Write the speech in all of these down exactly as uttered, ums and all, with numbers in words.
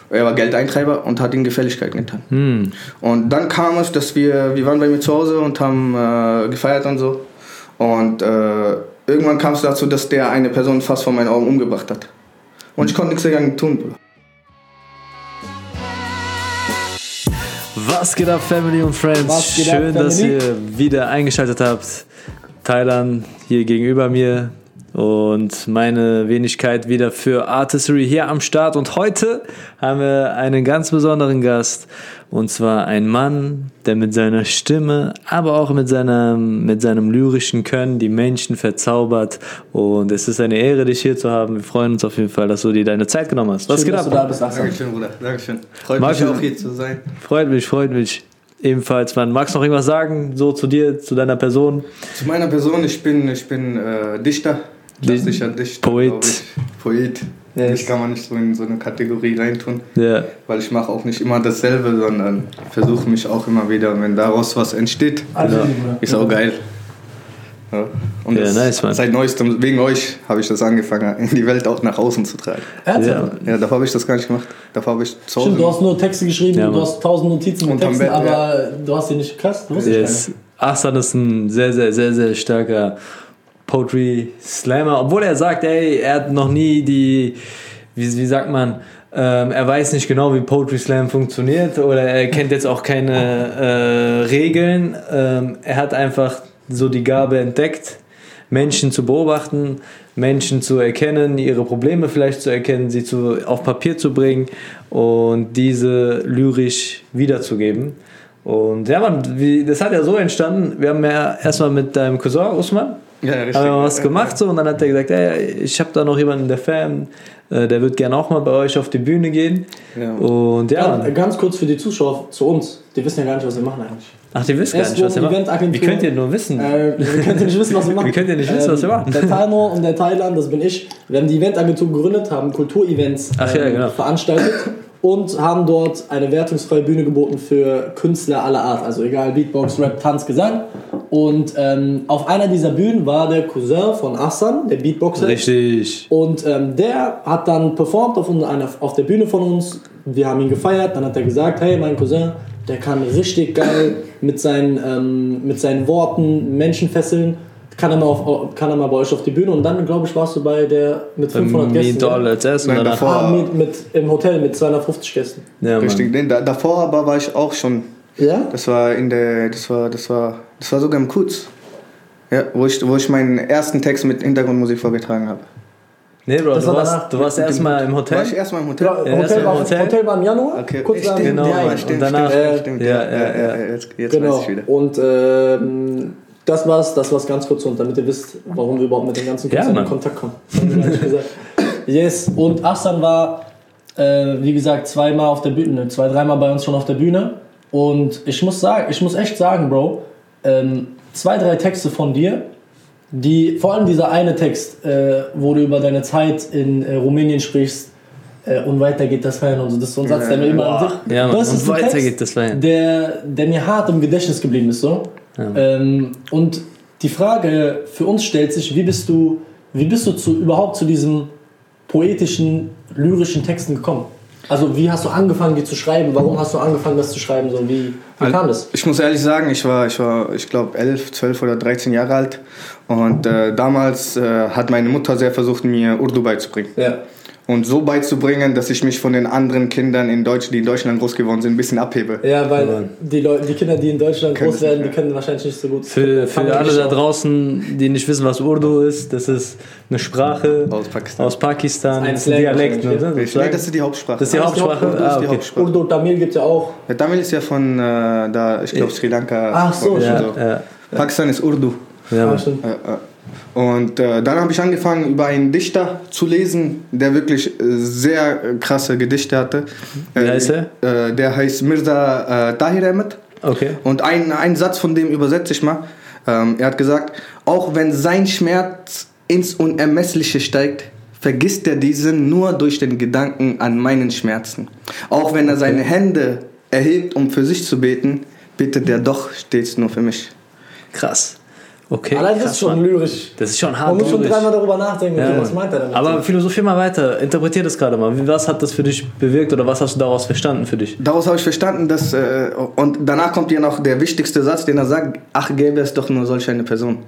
Er war Geldeintreiber und hat ihm Gefälligkeiten getan. Hm. Und dann kam es, dass wir, wir waren bei mir zu Hause und haben äh, gefeiert und so. Und äh, irgendwann kam es dazu, dass der eine Person fast vor meinen Augen umgebracht hat. Und ich konnte nichts dagegen tun, Bruder. Was geht ab, Family und Friends? Schön, ab, dass ihr wieder eingeschaltet habt. Thailand hier gegenüber mir und meine Wenigkeit wieder für Artistry hier am Start. Und heute haben wir einen ganz besonderen Gast. Und zwar ein Mann, der mit seiner Stimme, aber auch mit, seiner, mit seinem lyrischen Können die Menschen verzaubert. Und es ist eine Ehre, dich hier zu haben. Wir freuen uns auf jeden Fall, dass du dir deine Zeit genommen hast. Was Schön, geht dass ab? Du da bist, Dankeschön, Bruder. Dankeschön. Freut Magst mich du, auch hier zu sein. Freut mich, freut mich. Ebenfalls, man. Magst du noch irgendwas sagen, so zu dir, zu deiner Person? Zu meiner Person, ich bin, ich bin äh, Dichter. Klassischer Dichter. Poet. Poet. Yes. Mich kann man nicht so in so eine Kategorie reintun. Ja. Weil ich mache auch nicht immer dasselbe, sondern versuche mich auch immer wieder, und wenn daraus was entsteht, also, ist auch geil. Ja, und ja, das, nice, Mann. Seit neuestem, wegen euch, habe ich das angefangen, in die Welt auch nach außen zu tragen. Ja, ja davor habe ich das gar nicht gemacht. Davor habe ich zu Hause. Stimmt, du hast nur Texte geschrieben, ja, du hast tausend Notizen mit Texten, Bett, aber ja. Du hast sie nicht krass. Du yes. Ahsan ist ein sehr, sehr, sehr, sehr starker Poetry Slammer, obwohl er sagt, ey, er hat noch nie die, wie, wie sagt man, ähm, er weiß nicht genau, wie Poetry Slam funktioniert oder er kennt jetzt auch keine äh, Regeln. Ähm, er hat einfach so die Gabe entdeckt, Menschen zu beobachten, Menschen zu erkennen, ihre Probleme vielleicht zu erkennen, sie zu, auf Papier zu bringen und diese lyrisch wiederzugeben. Und ja, man, wie, das hat ja so entstanden, wir haben ja erstmal mit deinem Cousin Usman ja, richtig. haben wir was gemacht so und dann hat er gesagt, ey, ich habe da noch jemanden in der Fam, äh, der wird gerne auch mal bei euch auf die Bühne gehen. Ja. Und ja, ja, ganz kurz für die Zuschauer zu uns, die wissen ja gar nicht, was wir machen eigentlich. Ach, die wissen gar nicht, was wir machen? Wie könnt ihr nur wissen? Äh, wir könnt ihr nicht wissen, was wir machen. Wie könnt ihr nicht wissen, was wir machen? Der Taino und der Thailand, das bin ich, wir haben die Eventagentur gegründet, haben Kulturevents Ach, ja, ähm, genau. veranstaltet und haben dort eine wertungsfreie Bühne geboten für Künstler aller Art, also egal, Beatbox, Rap, Tanz, Gesang. Und ähm, auf einer dieser Bühnen war der Cousin von Ahsan, der Beatboxer. Richtig. Und ähm, der hat dann performt auf, einer, auf der Bühne von uns. Wir haben ihn gefeiert. Dann hat er gesagt, hey, mein Cousin, der kann richtig geil mit seinen, ähm, mit seinen Worten Menschen fesseln. Kann er, mal auf, kann er mal bei euch auf die Bühne? Und dann, glaube ich, warst du bei der mit fünfhundert Gästen. Dollar als erstes Nein, davor, ah, mit, mit, im Hotel mit zweihundertfünfzig Gästen. Ja, richtig. Nee, da, davor aber war ich auch schon. Ja? Das war in der, das war, das war, das war sogar im Kutz. Ja, wo ich, wo ich meinen ersten Text mit Hintergrundmusik vorgetragen habe. Nee, Bro, das du war warst, du warst erstmal im Hotel. War ich erstmal im Hotel? Ja, ja, Hotel, war, im Hotel. Hotel war im Januar. Okay, kurz stimmt, genau, ja, stimmt, und danach, stimmt, stimmt, ja, ja, ja, ja, jetzt, jetzt genau. weiß ich wieder. Und ähm, das war's, das war's ganz kurz, und damit ihr wisst, warum wir überhaupt mit den ganzen Künstlern ja, in Kontakt kommen. Das haben wir gar nicht gesagt. Yes, und Ahsan war, äh, wie gesagt, zweimal auf der Bühne, zwei, dreimal bei uns schon auf der Bühne. Und ich muss sagen, ich muss echt sagen, Bro, ähm, zwei, drei Texte von dir, die, vor allem dieser eine Text, äh, wo du über deine Zeit in äh, Rumänien sprichst, äh, und weiter geht das Feiern und so, das ist so ein Satz, der mir immer... Ja, Mann, das und ist weiter Text, geht das Feiern. Der, der mir hart im Gedächtnis geblieben ist, so. Ja. Ähm, und die Frage für uns stellt sich, wie bist du, wie bist du zu, überhaupt zu diesen poetischen, lyrischen Texten gekommen? Also wie hast du angefangen, die zu schreiben? Warum hast du angefangen, das zu schreiben? So, wie, wie kam das? Ich muss ehrlich sagen, ich war, ich war, ich glaube, elf, zwölf oder dreizehn Jahre alt. Und äh, damals äh, hat meine Mutter sehr versucht, mir Urdu beizubringen. Ja. Und so beizubringen, dass ich mich von den anderen Kindern, in Deutsch, die in Deutschland groß geworden sind, ein bisschen abhebe. Ja, weil die, Leute, die Kinder, die in Deutschland Können groß werden, nicht, die können wahrscheinlich nicht so gut. Für, für alle da draußen, die nicht wissen, was Urdu ist, das ist eine Sprache Aus Pakistan. aus Pakistan, ein das ist ein Dialekt. Slang, Ne? Nee, das ist die Hauptsprache. Das ist die Hauptsprache? Urdu, Ah, die okay. Hauptsprache. Urdu, Tamil gibt es ja auch. Der Tamil ist ja von, äh, da, ich glaube, Sri Lanka. Ach so, von, Ja, so. ja. Pakistan ist Urdu. Ja, Ah, Mann. stimmt. Äh, äh. Und äh, dann habe ich angefangen, über einen Dichter zu lesen, der wirklich äh, sehr äh, krasse Gedichte hatte. Wie heißt er? Äh, der heißt Mirza äh, Tahir Ahmed. Okay. Und ein, ein Satz von dem übersetze ich mal. Ähm, er hat gesagt, auch wenn sein Schmerz ins Unermessliche steigt, vergisst er diesen nur durch den Gedanken an meinen Schmerzen. Auch wenn er seine Hände erhebt, um für sich zu beten, bittet er doch stets nur für mich. Krass. Okay, Allein das krass, ist schon Mann. lyrisch. Das ist schon hart Man muss schon lyrisch. dreimal darüber nachdenken, Ja. okay, was meint er damit? Aber philosophier mal weiter, interpretier das gerade mal. Wie- Was hat das für dich bewirkt oder was hast du daraus verstanden für dich? Daraus habe ich verstanden, dass, äh, und danach kommt ja noch der wichtigste Satz, den er sagt, ach, gäbe es doch nur solch eine Person.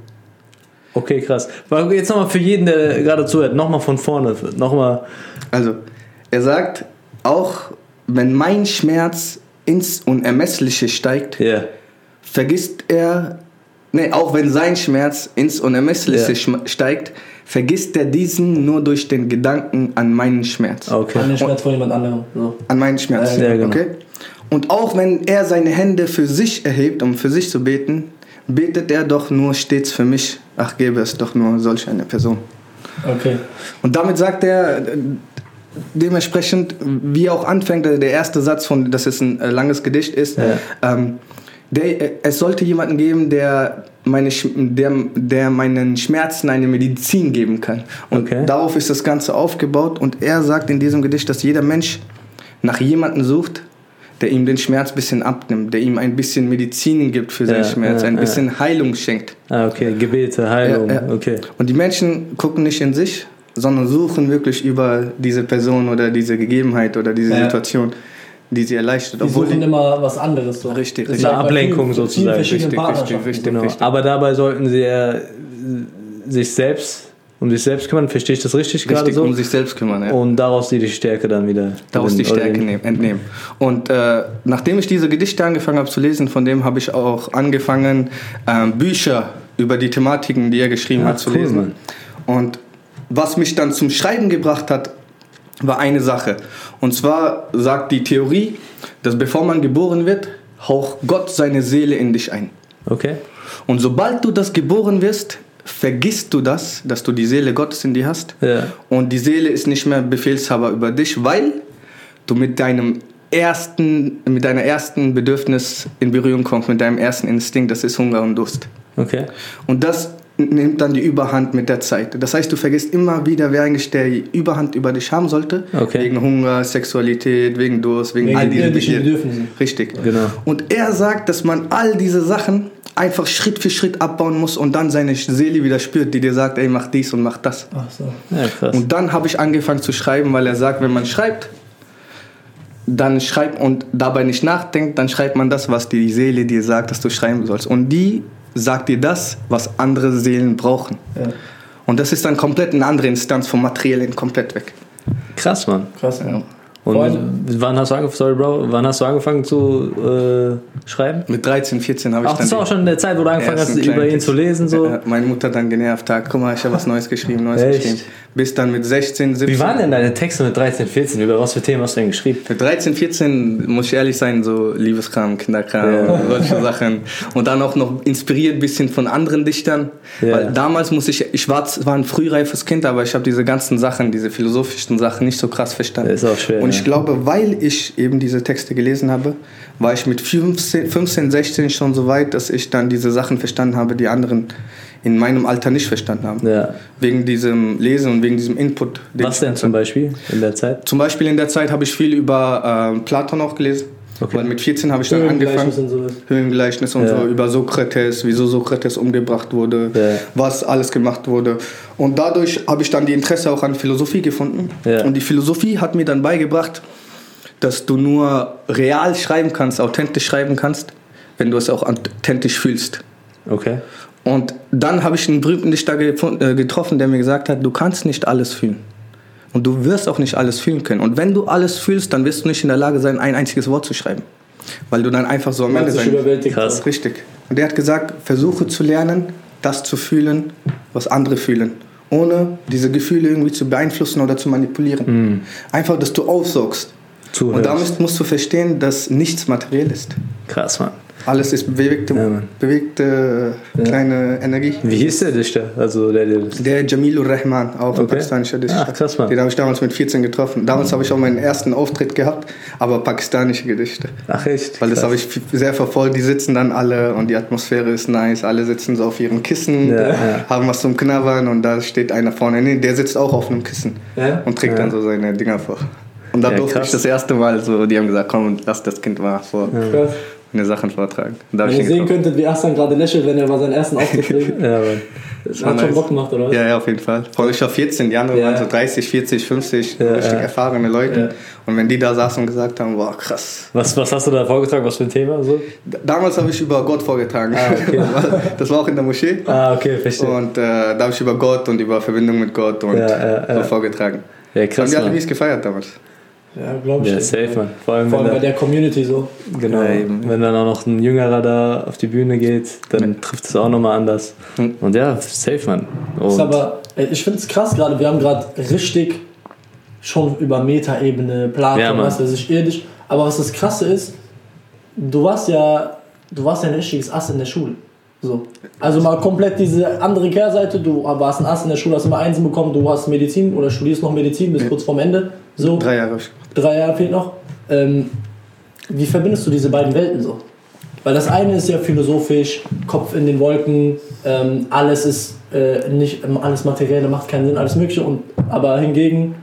Okay, krass. Aber jetzt nochmal für jeden, der gerade zuhört, nochmal von vorne, nochmal. Also, er sagt, auch wenn mein Schmerz ins Unermessliche steigt, Ja. Yeah. vergisst er, nee, auch wenn sein Schmerz ins Unermessliche Ja. schm- steigt, vergisst er diesen nur durch den Gedanken an meinen Schmerz. Okay. An den Schmerz von jemand anderem. So. An meinen Schmerz. Ja, genau. Okay? Und auch wenn er seine Hände für sich erhebt, um für sich zu beten, betet er doch nur stets für mich. Ach, gäbe es doch nur solch eine Person. Okay. Und damit sagt er äh, dementsprechend, wie er auch anfängt, äh, der erste Satz von, dass es ein äh, langes Gedicht ist, Ja. ähm, der, äh, es sollte jemanden geben, der, meine, Sch- der, der meinen Schmerzen eine Medizin geben kann. Und Okay. darauf ist das Ganze aufgebaut. Und er sagt in diesem Gedicht, dass jeder Mensch nach jemandem sucht, der ihm den Schmerz ein bisschen abnimmt, der ihm ein bisschen Medizin gibt für seinen Ja, Schmerz, ja, ein ja. bisschen Heilung schenkt. Ah, okay, Gebete, Heilung, Ja, ja. okay. Und die Menschen gucken nicht in sich, sondern suchen wirklich über diese Person oder diese Gegebenheit oder diese Ja. Situation, die sie erleichtert. Die Obwohl suchen die, immer was anderes. So. Richtig, Das ist richtig. halt Eine bei Ablenkung vielen- vielen sozusagen. verschiedenen Richtig, Partnerschaften. richtig, richtig. Genau. Aber dabei sollten sie eher äh, sich selbst um sich selbst kümmern, verstehe ich das richtig, gerade richtig so? um sich selbst kümmern. Ja. Und daraus die, die Stärke dann wieder. Daraus die gewinnen, oder Stärke den- nehmen, entnehmen. Und äh, nachdem ich diese Gedichte angefangen habe zu lesen, von dem habe ich auch angefangen, ähm, Bücher über die Thematiken, die er geschrieben Ach, hat, zu cool, lesen. Mann. Und was mich dann zum Schreiben gebracht hat, war eine Sache. Und zwar sagt die Theorie, dass bevor man geboren wird, haucht Gott seine Seele in dich ein. Okay. Und sobald du das geboren wirst, vergisst du das, dass du die Seele Gottes in dir hast. Ja. Und die Seele ist nicht mehr Befehlshaber über dich, weil du mit deinem ersten, mit deiner ersten Bedürfnis in Berührung kommst, mit deinem ersten Instinkt, das ist Hunger und Durst. Okay. Und das nimmt dann die Überhand mit der Zeit. Das heißt, du vergisst immer wieder, wer eigentlich der Überhand über dich haben sollte. Okay. Wegen Hunger, Sexualität, wegen Durst, wegen, Wegen all diesen irdischen Begierden. Bedürfnissen. Richtig. Genau. Und er sagt, dass man all diese Sachen einfach Schritt für Schritt abbauen muss und dann seine Seele wieder spürt, die dir sagt, ey, mach dies und mach das. Ach so. Ja, krass. Und dann habe ich angefangen zu schreiben, weil er sagt, wenn man schreibt, dann schreibt und dabei nicht nachdenkt, dann schreibt man das, was die Seele dir sagt, dass du schreiben sollst. Und die sagt dir das, was andere Seelen brauchen. Ja. Und das ist dann komplett eine andere Instanz vom Materiellen, komplett weg. Krass, Mann. Krass. Ja. Und Vor allem- wann hast du angefangen, sorry Bro, wann hast du angefangen zu äh, schreiben? Mit dreizehn, vierzehn habe ich Ach, dann das war auch schon in der Zeit, wo du angefangen hast, ersten über kleinen ihn Text. zu lesen. So. Ja, meine Mutter dann genervt hat, guck mal, ich habe was Neues geschrieben, Neues Echt? geschrieben. Bis dann mit sechzehn, siebzehn. Wie waren denn deine Texte mit dreizehn, vierzehn? Über was für Themen hast du denn geschrieben? Mit dreizehn, vierzehn, muss ich ehrlich sein, so Liebeskram, Kinderkram, Ja. solche Sachen. Und dann auch noch inspiriert ein bisschen von anderen Dichtern. Ja. Weil damals muss ich, ich war zwar ein frühreifes Kind, aber ich habe diese ganzen Sachen, diese philosophischen Sachen nicht so krass verstanden. Das ist auch schwer, Und ich ja. glaube, weil ich eben diese Texte gelesen habe, war ich mit fünfzehn, fünfzehn, sechzehn schon so weit, dass ich dann diese Sachen verstanden habe, die anderen in meinem Alter nicht verstanden haben. Ja. Wegen diesem Lesen und wegen diesem Input. den Was ich denn hatte. zum Beispiel in der Zeit? Zum Beispiel in der Zeit habe ich viel über ähm, Platon auch gelesen. Okay. Weil mit vierzehn habe ich dann Höhlengleichnis angefangen. und sowas. Höhlengleichnis und Ja. so, über Sokrates, wieso Sokrates umgebracht wurde, Ja. was alles gemacht wurde. Und dadurch habe ich dann die Interesse auch an Philosophie gefunden. Ja. Und die Philosophie hat mir dann beigebracht, dass du nur real schreiben kannst, authentisch schreiben kannst, wenn du es auch authentisch fühlst. Okay. Und dann habe ich einen berühmten Dichter gefun- äh, getroffen, der mir gesagt hat, du kannst nicht alles fühlen. Und du wirst auch nicht alles fühlen können. Und wenn du alles fühlst, dann wirst du nicht in der Lage sein, ein einziges Wort zu schreiben. Weil du dann einfach so am Man Ende hat sich sein überwältigt. Krass. Richtig. Und der hat gesagt, versuche zu lernen, das zu fühlen, was andere fühlen. Ohne diese Gefühle irgendwie zu beeinflussen oder zu manipulieren. Einfach, dass du aufsaugst. Zuhörst. Und damit musst du verstehen, dass nichts materiell ist. Krass, Mann. Alles ist bewegte, Ja, Mann. bewegte kleine Energie. Wie hieß der Dichter? Also der, der das Der Jamilur Rahman, auch ein Okay. pakistanischer Dichter. Ach, krass, Mann. Den habe ich damals mit vierzehn getroffen. Damals habe ich auch meinen ersten Auftritt gehabt, aber pakistanische Gedichte. Ach echt? Weil das Krass. habe ich f- sehr verfolgt. Die sitzen dann alle und die Atmosphäre ist nice. Alle sitzen so auf ihren Kissen, Ja, ja. haben was zum Knabbern und da steht einer vorne. Nee, der sitzt auch auf einem Kissen Ja? und trägt Ja. dann so seine Dinger vor. Und da Ja, durfte krass. ich das erste Mal so, die haben gesagt, komm, lass das Kind mal vor. Krass. eine Sachen vortragen. Da Wenn ihr sehen könntet, wie Ahsan gerade lächelt, wenn er mal seinen ersten Auftritt kriegt. Ja, Mann. Das hat schon Bock gemacht, oder was? Ja, ja, auf jeden Fall. Vor allem ich war vierzehn, die anderen Ja. waren so dreißig, vierzig, fünfzig, Ja, richtig ja. erfahrene Leute. Ja. Und wenn die da saßen und gesagt haben, boah, krass. Was, was hast du da vorgetragen? Was für ein Thema? So? D- Damals habe ich über Gott vorgetragen. Ah, okay. Das war auch in der Moschee. Ah, okay, verstehe. Und äh, da habe ich über Gott und über Verbindung mit Gott und Ja, ja, ja. so vorgetragen. Ja, Und krass, die hatten Mann. mies gefeiert damals. Ja, glaube ich. Ja, safe, Mann. Vor allem, Vor allem wenn, bei da, der Community so. genau, Ja, eben. wenn dann auch noch ein Jüngerer da auf die Bühne geht, dann trifft es auch nochmal anders. Hm. Und ja, safe, Mann. Ist Und aber, ey, ich finde es krass gerade, wir haben gerade richtig schon über Metaebene, Platon, Ja, Mann. was weiß ich, irdisch. Aber was das Krasse ist, du warst ja, du warst ja ein richtiges Ass in der Schule. So. Also mal komplett diese andere Kehrseite, du warst ein Ass in der Schule, hast immer Einsen bekommen, du hast Medizin oder studierst noch Medizin bis kurz vorm Ende. So. Drei Jahre. hab ich- Drei Jahre fehlt noch. Ähm, wie verbindest du diese beiden Welten so? Weil das eine ist ja philosophisch, Kopf in den Wolken, ähm, alles ist äh, nicht, alles Materielle macht keinen Sinn, alles Mögliche. Und, aber hingegen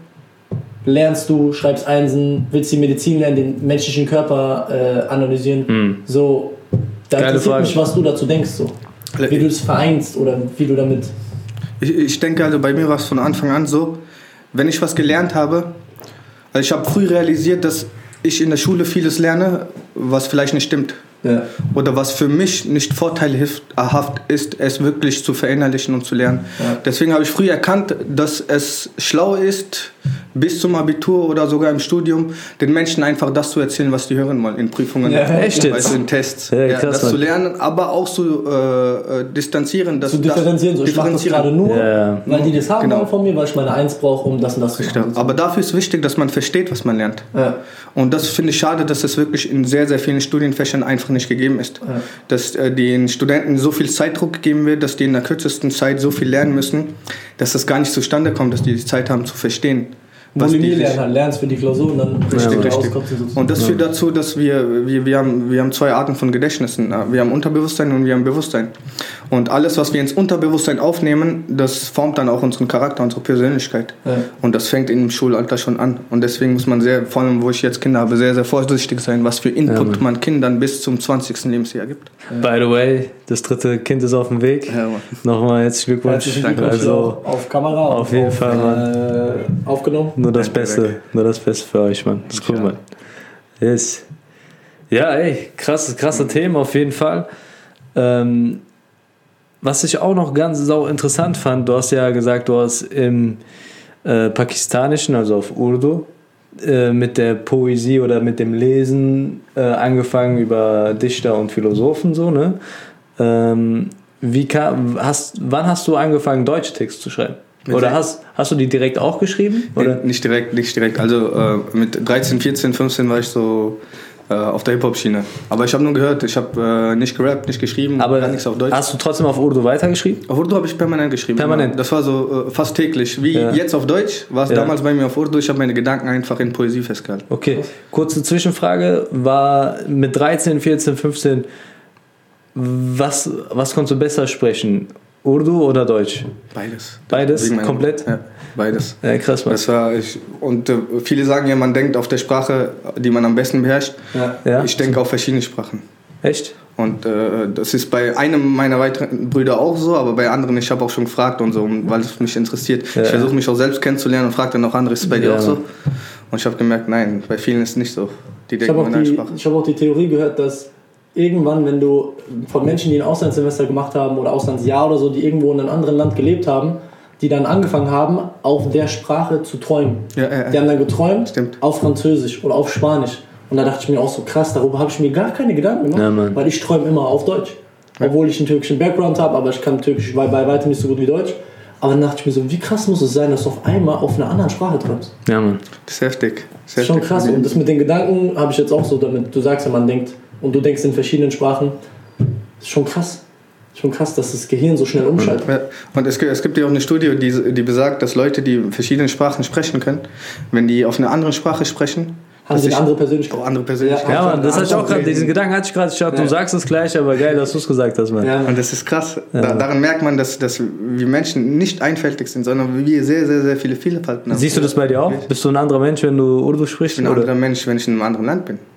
lernst du, schreibst Einsen, willst die Medizin lernen, den menschlichen Körper äh, analysieren. Mhm. So, da Geile interessiert Frage. mich, was du dazu denkst. So. Wie du es vereinst oder wie du damit... Ich, ich denke, also bei mir war es von Anfang an so, wenn ich was gelernt habe, also ich habe früh realisiert, dass ich in der Schule vieles lerne, was vielleicht nicht stimmt. Ja. Oder was für mich nicht vorteilhaft ist, es wirklich zu verinnerlichen und zu lernen. Ja. Deswegen habe ich früh erkannt, dass es schlau ist, bis zum Abitur oder sogar im Studium, den Menschen einfach das zu erzählen, was die hören wollen, in Prüfungen, Ja, echt jetzt? weißt du, in Tests. Ja, Ja, krass, das zu Mann. lernen, aber auch zu äh, äh, distanzieren. Dass Zu differenzieren. So, ich mache das gerade nur, Ja. weil die das haben Genau. wollen von mir, weil ich meine Eins brauche, um das und das zu machen. Aber dafür ist wichtig, dass man versteht, was man lernt. Ja. Und das finde ich schade, dass es wirklich in sehr, sehr vielen Studienfächern einfach nicht gegeben ist. Ja. Dass äh, den Studenten so viel Zeitdruck gegeben wird, dass die in der kürzesten Zeit so viel lernen müssen, dass das gar nicht zustande kommt, dass die die Zeit haben zu verstehen. Was die Bulimie sich- lernen, halt, lernst für die Klausur und dann Richtig, wieder richtig. auskotzen sozusagen. Und das führt dazu, dass wir, wir, wir, haben, wir haben zwei Arten von Gedächtnissen. Wir haben Unterbewusstsein und wir haben Bewusstsein. Und alles, was wir ins Unterbewusstsein aufnehmen, das formt dann auch unseren Charakter, unsere Persönlichkeit. Ja. Und das fängt im Schulalter schon an. Und deswegen muss man sehr, vor allem wo ich jetzt Kinder habe, sehr, sehr vorsichtig sein, was für Input Ja, man Kindern bis zum zwanzigsten Lebensjahr gibt. By the way, das dritte Kind ist auf dem Weg. Ja, Mann. Nochmal jetzt Glückwunsch. Herzlichen Glückwunsch, Also, auf, auf Kamera. auf jeden auf, Fall, Mann. Äh, aufgenommen. nur das Danke, Beste. danke. Nur das Beste für euch, Mann. Das ist cool, Ja. Mann. Yes. Ja, ey, krasse, krasse Themen auf jeden Fall. Ähm, was ich auch noch ganz sau interessant fand, du hast ja gesagt, du hast im äh, Pakistanischen, also auf Urdu, äh, mit der Poesie oder mit dem Lesen äh, angefangen über Dichter und Philosophen, so, ne? Ähm, wie kam, hast, wann hast du angefangen, deutsche Texte zu schreiben? Oder hast, hast du die direkt auch geschrieben? Oder? Nee, nicht direkt, nicht direkt. Also äh, mit dreizehn, vierzehn, fünfzehn war ich so äh, auf der Hip-Hop-Schiene. Aber ich habe nur gehört, ich habe äh, nicht gerappt, nicht geschrieben, Aber gar nichts auf Deutsch. hast du trotzdem auf Urdu weitergeschrieben? Auf Urdu habe ich permanent geschrieben. Permanent? Genau. Das war so äh, fast täglich. Wie Ja. jetzt auf Deutsch, war es Ja. damals bei mir auf Urdu. Ich habe meine Gedanken einfach in Poesie festgehalten. Okay, kurze Zwischenfrage. War mit dreizehn, vierzehn, fünfzehn, was, was konntest du besser sprechen? Urdu oder Deutsch? Beides. Beides? Wegen meiner- Komplett? Ja, beides. Ja, krass, Mann. Das war ich, und äh, viele sagen ja, man denkt auf der Sprache, die man am besten beherrscht. Ja. Ja? Ich denke auf verschiedene Sprachen. Echt? Und äh, das ist bei einem meiner weiteren Brüder auch so, aber bei anderen, ich habe auch schon gefragt und so, und weil es mich interessiert. Ja. Ich versuche mich auch selbst kennenzulernen und frage dann auch andere, ist es bei dir Ja. auch so? Und ich habe gemerkt, nein, bei vielen ist es nicht so. Die Ich denken habe in auch, einer die- Sprache. ich hab auch die Theorie gehört, dass irgendwann, wenn du von Menschen, die ein Auslandssemester gemacht haben oder Auslandsjahr oder so, die irgendwo in einem anderen Land gelebt haben, die dann angefangen haben, auf der Sprache zu träumen. Ja, ja, ja. Die haben dann geträumt Stimmt. auf Französisch oder auf Spanisch. Und da dachte ich mir auch so, krass, darüber habe ich mir gar keine Gedanken gemacht, Ja, Mann. weil ich träume immer auf Deutsch. Obwohl ich einen türkischen Background habe, aber ich kann Türkisch bei, bei weitem nicht so gut wie Deutsch. Aber dann dachte ich mir so, wie krass muss es sein, dass du auf einmal auf einer anderen Sprache träumst. Ja, Mann. Das ist heftig. Das Das ist schon krass. Und das mit den Gedanken habe ich jetzt auch so damit. Du sagst ja, man denkt und du denkst in verschiedenen Sprachen. Das ist schon krass. Schon krass, dass das Gehirn so schnell umschaltet. Ja, und es gibt, es gibt ja auch eine Studie, die, die besagt, dass Leute, die verschiedene Sprachen sprechen können, wenn die auf eine andere Sprache sprechen, Haben dass sie eine sich- andere Persönlichkeit? auch andere Persönlichkeit. Ja, Mann, das hatte ich auch Antwort gerade, reden. diesen Gedanken hatte ich gerade. Ich dachte, Ja. du sagst es gleich, aber geil, dass du es gesagt hast, Mann. Ja, Und das ist krass. Da, daran merkt man, dass, dass wir Menschen nicht einfältig sind, sondern wir sehr, sehr, sehr viele Vielfalten haben. Siehst du das bei dir auch? Bist du ein anderer Mensch, wenn du Urdu Ich sprichst? bin ein Oder? anderer Mensch, wenn ich in einem anderen Land bin.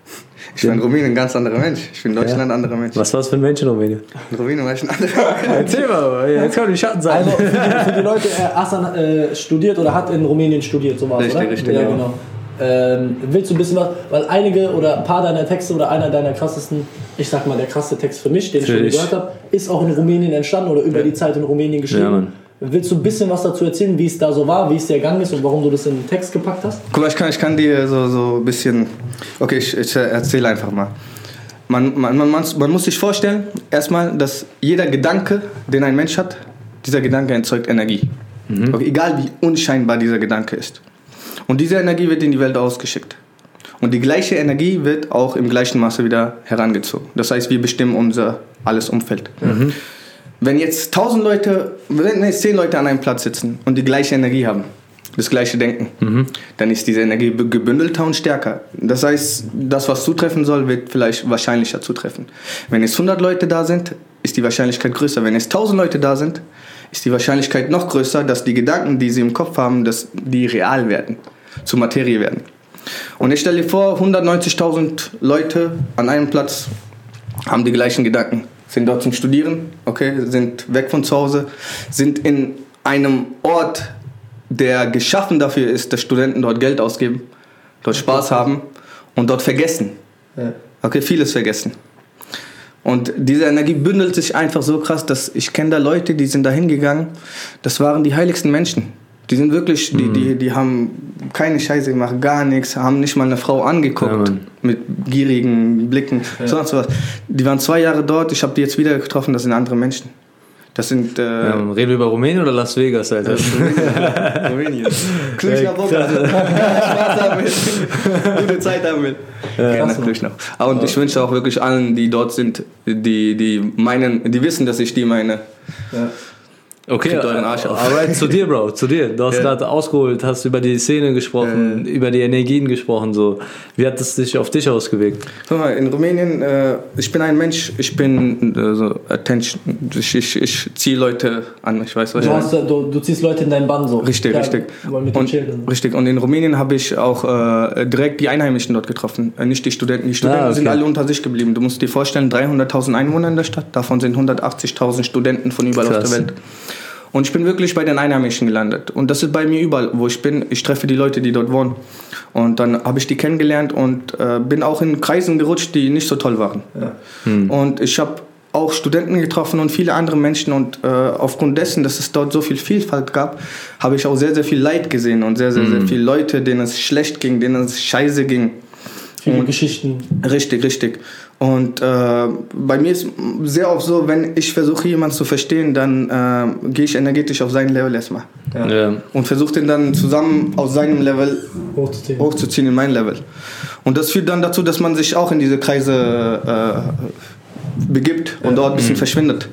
Ich bin in Rumänien ein ganz anderer Mensch. Ich bin in Deutschland ein anderer Mensch. Was war das für ein Mensch in Rumänien? In Rumänien war ich ein anderer Mensch. Erzähl mal, jetzt kommen die Schattenseiten. Also für die, für die Leute, äh, Hasan äh, studiert oder hat in Rumänien studiert, so war es, Richtig, oder? richtig, ja, genau. genau. Ähm, willst du ein bisschen was, weil einige oder ein paar deiner Texte oder einer deiner krassesten, ich sag mal der krasse Text für mich, den ich Für schon dich. gehört habe, ist auch in Rumänien entstanden oder über die Zeit in Rumänien geschrieben. Ja, Mann. Willst du ein bisschen was dazu erzählen, wie es da so war, wie es dir ergangen ist und warum du das in den Text gepackt hast? Guck mal, ich kann, ich kann dir so, so ein bisschen... Okay, ich, ich erzähle einfach mal. Man, man, man, man muss sich vorstellen, erstmal, dass jeder Gedanke, den ein Mensch hat, dieser Gedanke erzeugt Energie. Mhm. Okay, egal wie unscheinbar dieser Gedanke ist. Und diese Energie wird in die Welt ausgeschickt. Und die gleiche Energie wird auch im gleichen Maße wieder herangezogen. Das heißt, wir bestimmen unser alles Umfeld. Mhm. Wenn jetzt tausend Leute, wenn jetzt zehn Leute an einem Platz sitzen und die gleiche Energie haben, das gleiche Denken, mhm. dann ist diese Energie gebündelter und stärker. Das heißt, das, was zutreffen soll, wird vielleicht wahrscheinlicher zutreffen. Wenn jetzt hundert Leute da sind, ist die Wahrscheinlichkeit größer. Wenn jetzt tausend Leute da sind, ist die Wahrscheinlichkeit noch größer, dass die Gedanken, die sie im Kopf haben, dass die real werden, zur Materie werden. Und ich stelle dir vor, hundertneunzigtausend Leute an einem Platz haben die gleichen Gedanken, sind dort zum Studieren, okay, sind weg von zu Hause, sind in einem Ort, der geschaffen dafür ist, dass Studenten dort Geld ausgeben, dort Spaß haben und dort vergessen. Okay, vieles vergessen. Und diese Energie bündelt sich einfach so krass, dass ich kenne da Leute, die sind da hingegangen, das waren die heiligsten Menschen. Die sind wirklich, die, die, die haben keine Scheiße gemacht, gar nichts, haben nicht mal eine Frau angeguckt ja, mit gierigen Blicken, ja. sonst was. Die waren zwei Jahre dort, ich habe die jetzt wieder getroffen, das sind andere Menschen. Das sind... Äh, ja, reden wir über Rumänien oder Las Vegas, Alter? Rumänien. Rumänien. Klüchner Boga. Spaß damit. Gute Zeit damit. Ja, ja, Klüchner. Und ja. ich wünsche auch wirklich allen, die dort sind, die, die meinen, die wissen, dass ich die meine. Ja. Okay, alright, zu dir, Bro, zu dir. Du hast yeah. gerade ausgeholt, hast über die Szene gesprochen, yeah. über die Energien gesprochen. So. Wie hat es sich auf dich ausgewirkt? Guck mal, in Rumänien, äh, ich bin ein Mensch, ich bin äh, so Attention, ich, ich, ich ziehe Leute an, ich weiß was. Du, hast, du, du ziehst Leute in deinen Bann so. Richtig, ja, richtig. Mit und, richtig. Und in Rumänien habe ich auch äh, direkt die Einheimischen dort getroffen, äh, nicht die Studenten. Die Studenten ah, okay. sind alle unter sich geblieben. Du musst dir vorstellen, dreihunderttausend Einwohner in der Stadt, davon sind hundertachtzigtausend Studenten von überall Krass. Auf der Welt. Und ich bin wirklich bei den Einheimischen gelandet. Und das ist bei mir überall, wo ich bin. Ich treffe die Leute, die dort wohnen. Und dann habe ich die kennengelernt und äh, bin auch in Kreisen gerutscht, die nicht so toll waren. Ja. Hm. Und ich habe auch Studenten getroffen und viele andere Menschen. Und äh, aufgrund dessen, dass es dort so viel Vielfalt gab, habe ich auch sehr, sehr viel Leid gesehen. Und sehr, sehr, hm. sehr viele Leute, denen es schlecht ging, denen es scheiße ging. Viele und, Geschichten. Richtig, richtig. Und äh, bei mir ist sehr oft so, wenn ich versuche, jemanden zu verstehen, dann äh, gehe ich energetisch auf sein Level erstmal. Ja. Ja. Und versuche den dann zusammen aus seinem Level hochzuziehen. hochzuziehen in mein Level. Und das führt dann dazu, dass man sich auch in diese Kreise äh, begibt und ja. dort ein bisschen mhm. verschwindet.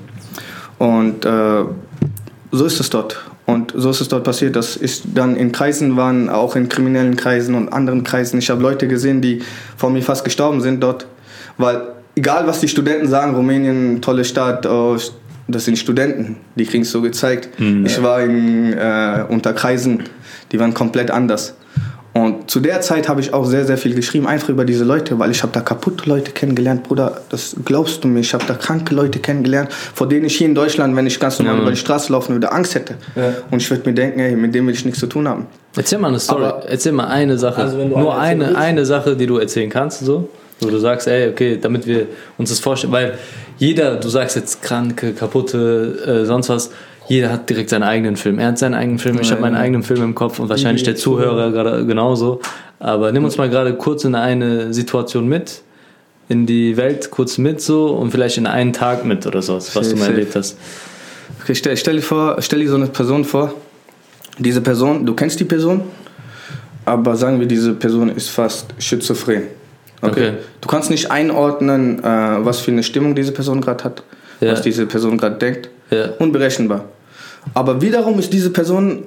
Und äh, so ist es dort. Und so ist es dort passiert, dass ich dann in Kreisen waren, auch in kriminellen Kreisen und anderen Kreisen. Ich habe Leute gesehen, die vor mir fast gestorben sind dort. Weil egal, was die Studenten sagen, Rumänien, tolle Stadt, oh, das sind Studenten, die kriegen es so gezeigt. Mhm. Ich war in, äh, unter Kreisen, die waren komplett anders. Und zu der Zeit habe ich auch sehr, sehr viel geschrieben, einfach über diese Leute, weil ich habe da kaputte Leute kennengelernt, Bruder, das glaubst du mir, ich habe da kranke Leute kennengelernt, vor denen ich hier in Deutschland, wenn ich ganz normal ja, über die Straße laufen würde, Angst hätte. Ja. Und ich würde mir denken, ey, mit dem will ich nichts zu tun haben. Erzähl mal eine Story, Aber, erzähl mal eine Sache, also nur eine, eine Sache, die du erzählen kannst, so. Wo du sagst, ey, okay, damit wir uns das vorstellen, weil jeder, du sagst jetzt kranke, kaputte, äh, sonst was, jeder hat direkt seinen eigenen Film. Er hat seinen eigenen Film, ich habe meinen eigenen Film im Kopf und wahrscheinlich der Zuhörer gerade genauso. Aber nimm uns mal gerade kurz in eine Situation mit, in die Welt kurz mit so und vielleicht in einen Tag mit oder so, was safe, du mal safe. erlebt hast. Okay, stell, stell dir vor, stell dir so eine Person vor, diese Person, du kennst die Person, aber sagen wir, diese Person ist fast schizophren. Okay. okay. Du kannst nicht einordnen, äh, was für eine Stimmung diese Person gerade hat, ja. was diese Person gerade denkt. Ja. Unberechenbar. Aber wiederum ist diese Person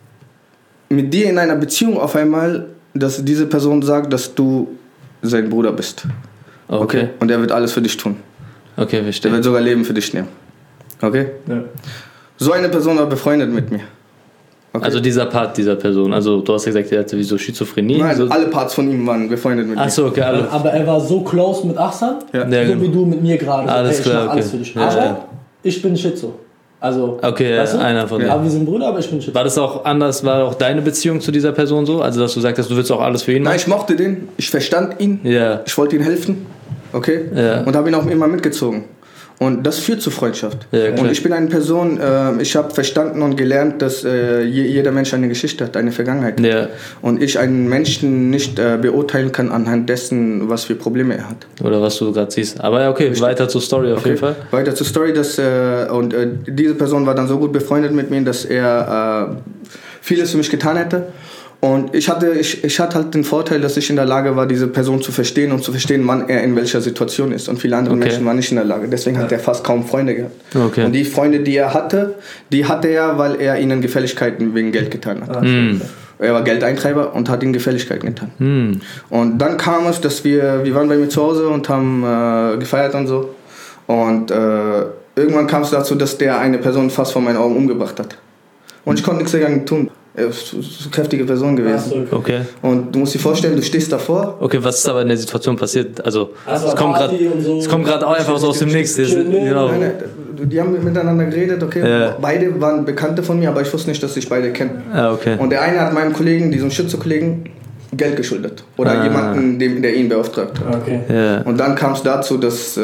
mit dir in einer Beziehung auf einmal, dass diese Person sagt, dass du sein Bruder bist. Okay. okay? Und er wird alles für dich tun. Okay, verstehe. Der wird sogar Leben für dich nehmen. Okay? Ja. So eine Person war befreundet mit mir. Okay. Also dieser Part dieser Person. Also du hast ja gesagt, er hat sowieso Schizophrenie. Nein, so. alle Parts von ihm waren befreundet mit mir. Achso, okay, alle. Aber er war so close mit Ahsan, Ja. Ja, so genau. wie du mit mir gerade. Alles Ey, ich klar, mach alles okay. für dich. Ja, Aber ja. ich bin Schizo. Also, Okay, weißt du? einer von denen. Aber wir sind Brüder, aber ich bin Schizo. War das auch anders, war auch deine Beziehung zu dieser Person so? Also dass du sagtest, du willst auch alles für ihn Nein, machen? ich mochte den, ich verstand ihn, Ja. ich wollte ihm helfen, okay? Ja. Und habe ihn auch immer mitgezogen. Und das führt zu Freundschaft. Ja, klar. Und ich bin eine Person, äh, ich habe verstanden und gelernt, dass äh, je, jeder Mensch eine Geschichte hat, eine Vergangenheit. Ja. Und ich einen Menschen nicht äh, beurteilen kann anhand dessen, was für Probleme er hat. Oder was du gerade siehst. Aber ja, okay, weiter zur Story auf Okay. jeden Fall. Weiter zur Story, dass, äh, und äh, diese Person war dann so gut befreundet mit mir, dass er äh, vieles für mich getan hätte. Und ich hatte, ich, ich hatte halt den Vorteil, dass ich in der Lage war, diese Person zu verstehen und zu verstehen, wann er in welcher Situation ist. Und viele andere Okay. Menschen waren nicht in der Lage. Deswegen hat er fast kaum Freunde gehabt. Okay. Und die Freunde, die er hatte, die hatte er, weil er ihnen Gefälligkeiten wegen Geld getan hat. Hm. Er war Geldeintreiber und hat ihnen Gefälligkeiten getan. Hm. Und dann kam es, dass wir, wir waren bei mir zu Hause und haben äh, gefeiert und so. Und äh, irgendwann kam es dazu, dass der eine Person fast vor meinen Augen umgebracht hat. Und ich konnte nichts dagegen tun. Er ist eine kräftige Person gewesen. Okay. Und du musst dir vorstellen, du stehst davor. Okay, was ist aber in der Situation passiert? Also, Also es kommt Party gerade und so. es kommt gerade auch einfach so aus dem Nix. Das- Genau. Nein, nein, die haben miteinander geredet, okay. Ja. Beide waren Bekannte von mir, aber ich wusste nicht, dass sich beide kennen. Ah, okay. Und der eine hat meinem Kollegen, diesem Schütze-Kollegen, Geld geschuldet. Oder Ah. jemanden, dem, der ihn beauftragt hat. Okay. Äh, Ja. Und dann kam es dazu, dass äh,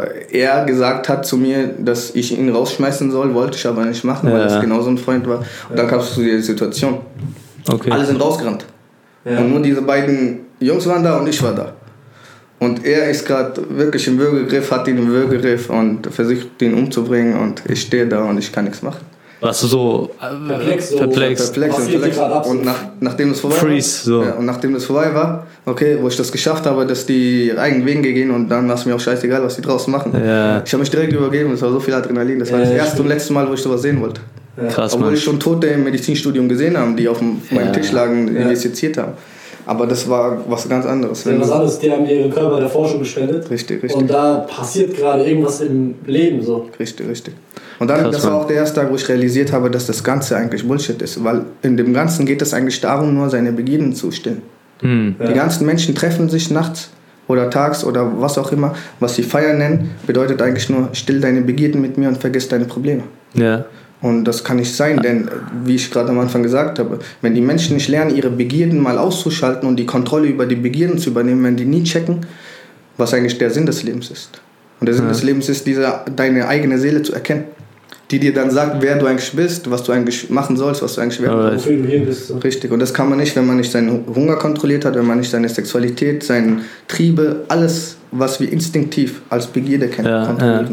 er gesagt hat zu mir, dass ich ihn rausschmeißen soll, wollte ich aber nicht machen, weil Ja. es genauso ein Freund war. Und dann kam es zu dieser Situation. Okay. Alle sind rausgerannt. Ja. Und nur diese beiden Jungs waren da und ich war da. Und er ist gerade wirklich im Würgegriff, hat ihn im Würgegriff und versucht ihn umzubringen und ich stehe da und ich kann nichts machen. Warst du so äh, Perplex, so- perplex? Perplex Was und geht hier verletzt. gerade ab? Und nach, nachdem es vorbei Freeze, war, so. ja, und nachdem es vorbei war, okay, wo ich das geschafft habe, dass die ihre eigenen Wege gehen und dann war es mir auch scheißegal, was die draußen machen. Ja. Ich habe mich direkt übergeben, es war so viel Adrenalin. Das war Ja, das ja, erste stimmt. und letzte Mal, wo ich sowas sehen wollte. Krass, Obwohl Mann. ich schon Tote im Medizinstudium gesehen habe, die auf dem- meinem Ja. Tisch lagen, Ja. investiert haben. Aber das war was ganz anderes. Ja, was anderes, die haben ihren Körper der Forschung gespendet. Richtig, richtig. Und da passiert gerade irgendwas im Leben so. Richtig, richtig. Und dann, Krass, das war Mann. auch der erste Tag, wo ich realisiert habe, dass das Ganze eigentlich Bullshit ist. Weil in dem Ganzen geht es eigentlich darum, nur seine Begierden zu stillen. Hm. Die ganzen Menschen treffen sich nachts oder tags oder was auch immer. Was sie Feiern nennen, bedeutet eigentlich nur, still deine Begierden mit mir und vergiss deine Probleme. Ja. Und das kann nicht sein, denn äh, wie ich gerade am Anfang gesagt habe, wenn die Menschen nicht lernen, ihre Begierden mal auszuschalten und die Kontrolle über die Begierden zu übernehmen, wenn die nie checken, was eigentlich der Sinn des Lebens ist. Und der Sinn Ja. des Lebens ist, diese, deine eigene Seele zu erkennen, die dir dann sagt, wer du eigentlich bist, was du eigentlich machen sollst, was du eigentlich werden Alright. sollst. Wofür du hier bist. So. Richtig. Und das kann man nicht, wenn man nicht seinen Hunger kontrolliert hat, wenn man nicht seine Sexualität, seine Triebe, alles, was wir instinktiv als Begierde kennen, Ja, kontrollieren.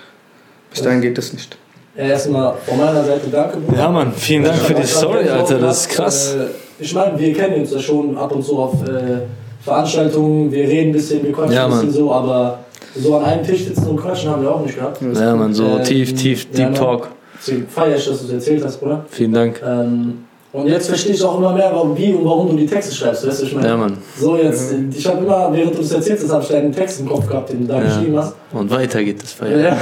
Bis dahin geht es nicht. Ja, erstmal von meiner Seite danke, Bruder. Ja, Mann, vielen Dank für die Story, Alter, das ist krass. Äh, Ich meine, wir kennen uns ja schon ab und zu auf äh, Veranstaltungen, wir reden ein bisschen, wir quatschen Ja, ein bisschen Mann. so, aber so an einem Tisch sitzen und quatschen haben wir auch nicht gehabt. Ja, Mann, so Ähm, tief, tief, ja, Deep ne? Talk. Deswegen feier ich, dass du es erzählt hast, Bruder. Vielen Dank. Ähm, und jetzt verstehe ich auch immer mehr, warum, wie und warum du die Texte schreibst, weißt du, ich meine. Ja, Mann. So jetzt, ich habe immer, während du das erzählt hast, habe ich deinen Text im Kopf gehabt, den du da Ja. geschrieben hast. Und weiter geht es Feiern. Ja.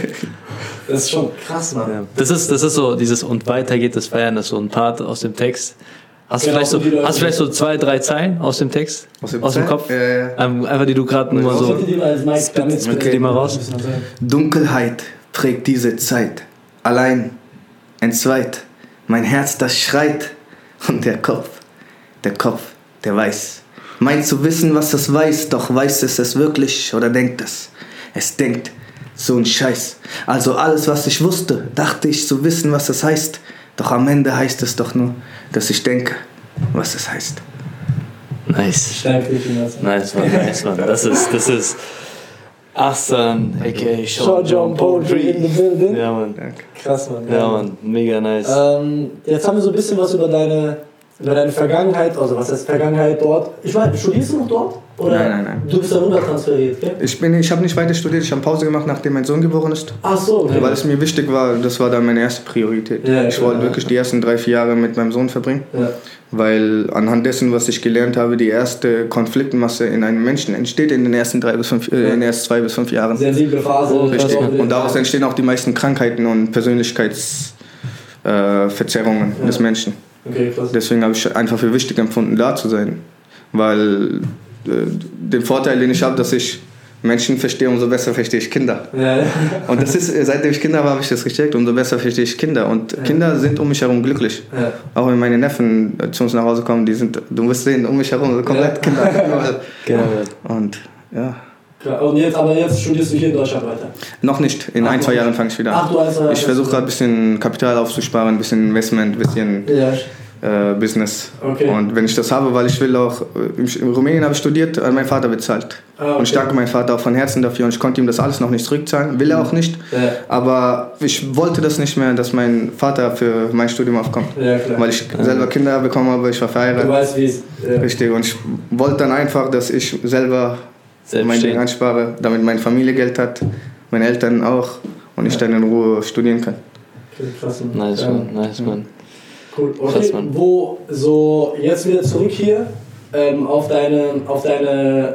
Das ist schon krass, Mann. Ja. Das ist, das ist so, dieses und weiter geht es Feiern, das ist so ein Part aus dem Text. Hast du Genau, vielleicht so, so die Leute- hast du vielleicht so zwei, drei Zeilen aus dem Text? Aus dem aus dem Zeit? Kopf? Ja, ja. Ähm, einfach die du gerade nur So. so. Die mal als Mike, damit spit die mal raus. Dunkelheit prägt diese Zeit. Allein, entzweit. Mein Herz, das schreit. Und der Kopf, der Kopf, der weiß. Meint zu wissen, was es weiß, doch weiß es es wirklich oder denkt es. Es denkt, so ein Scheiß. Also alles, was ich wusste, dachte ich zu wissen, was es heißt. Doch am Ende heißt es doch nur, dass ich denke, was es heißt. Nice. Ich danke dir vielmals. Nice, Mann, nice, Mann. Das ist, das ist Ahsan, aka Short John Poetry in the building. Ja, Mann. Krass, Mann. Ja, Mann. Mega nice. Ähm, jetzt haben wir so ein bisschen was über deine, über deine Vergangenheit, also was heißt Vergangenheit dort? Ich meine, studierst du noch dort? Oder Nein, nein, nein. Du bist da rüber transferiert, gell? Ich, bin- ich habe nicht weiter studiert, ich habe Pause gemacht, nachdem mein Sohn geboren ist. Ach so, okay. Weil es mir wichtig war, das war dann meine erste Priorität. Ja, ich klar, wollte ja. wirklich die ersten drei, vier Jahre mit meinem Sohn verbringen. Ja. Weil anhand dessen, was ich gelernt habe, die erste Konfliktmasse in einem Menschen entsteht in den ersten, drei bis fünf, äh, in den ersten zwei bis fünf Jahren. Sensible Phase. Oh, Richtig. das auch Und daraus entstehen auch die meisten Krankheiten und Persönlichkeitsstörungen äh, Verzerrungen Ja. des Menschen. Okay, krass. Deswegen habe ich einfach für wichtig empfunden, da zu sein. Weil äh, den Vorteil, den ich habe, dass ich Menschen verstehe, umso besser verstehe ich Kinder. Ja. Und das ist, seitdem ich Kinder war, habe ich das gecheckt, umso besser verstehe ich Kinder. Und Ja. Kinder sind um mich herum glücklich. Ja. Auch wenn meine Neffen zu uns nach Hause kommen, die sind, du wirst sehen, um mich herum, komplett Ja. Kinder. Genau. Und ja, Klar. Und jetzt, aber jetzt studierst du hier in Deutschland weiter? noch nicht. In Ach, ein, zwei noch Jahren nicht. fange ich wieder an. Ach, du ein, zwei Jahre. Ich versuche gerade ein bisschen Kapital aufzusparen, ein bisschen Investment, ein bisschen Ja. äh, Business. Okay. Und wenn ich das habe, weil ich will auch, äh, in Rumänien habe ich studiert, äh, mein Vater bezahlt. Ah, okay. Und ich danke meinem Vater auch von Herzen dafür und ich konnte ihm das alles noch nicht zurückzahlen, will er auch nicht. Ja. Aber ich wollte das nicht mehr, dass mein Vater für mein Studium aufkommt. Ja, klar. Weil ich selber Kinder bekommen habe, ich war Du verheiratet. weißt, wie es. Ja. Richtig. Und ich wollte dann einfach, dass ich selber Selbst mein Ding stehen. anspare, damit meine Familie Geld hat, meine Eltern auch und ich Ja. dann in Ruhe studieren kann. Okay, krass. Nice, Ja. man, nice, man. Cool. Okay, Krass, Mann. wo so jetzt wieder zurück hier ähm, auf deine auf deine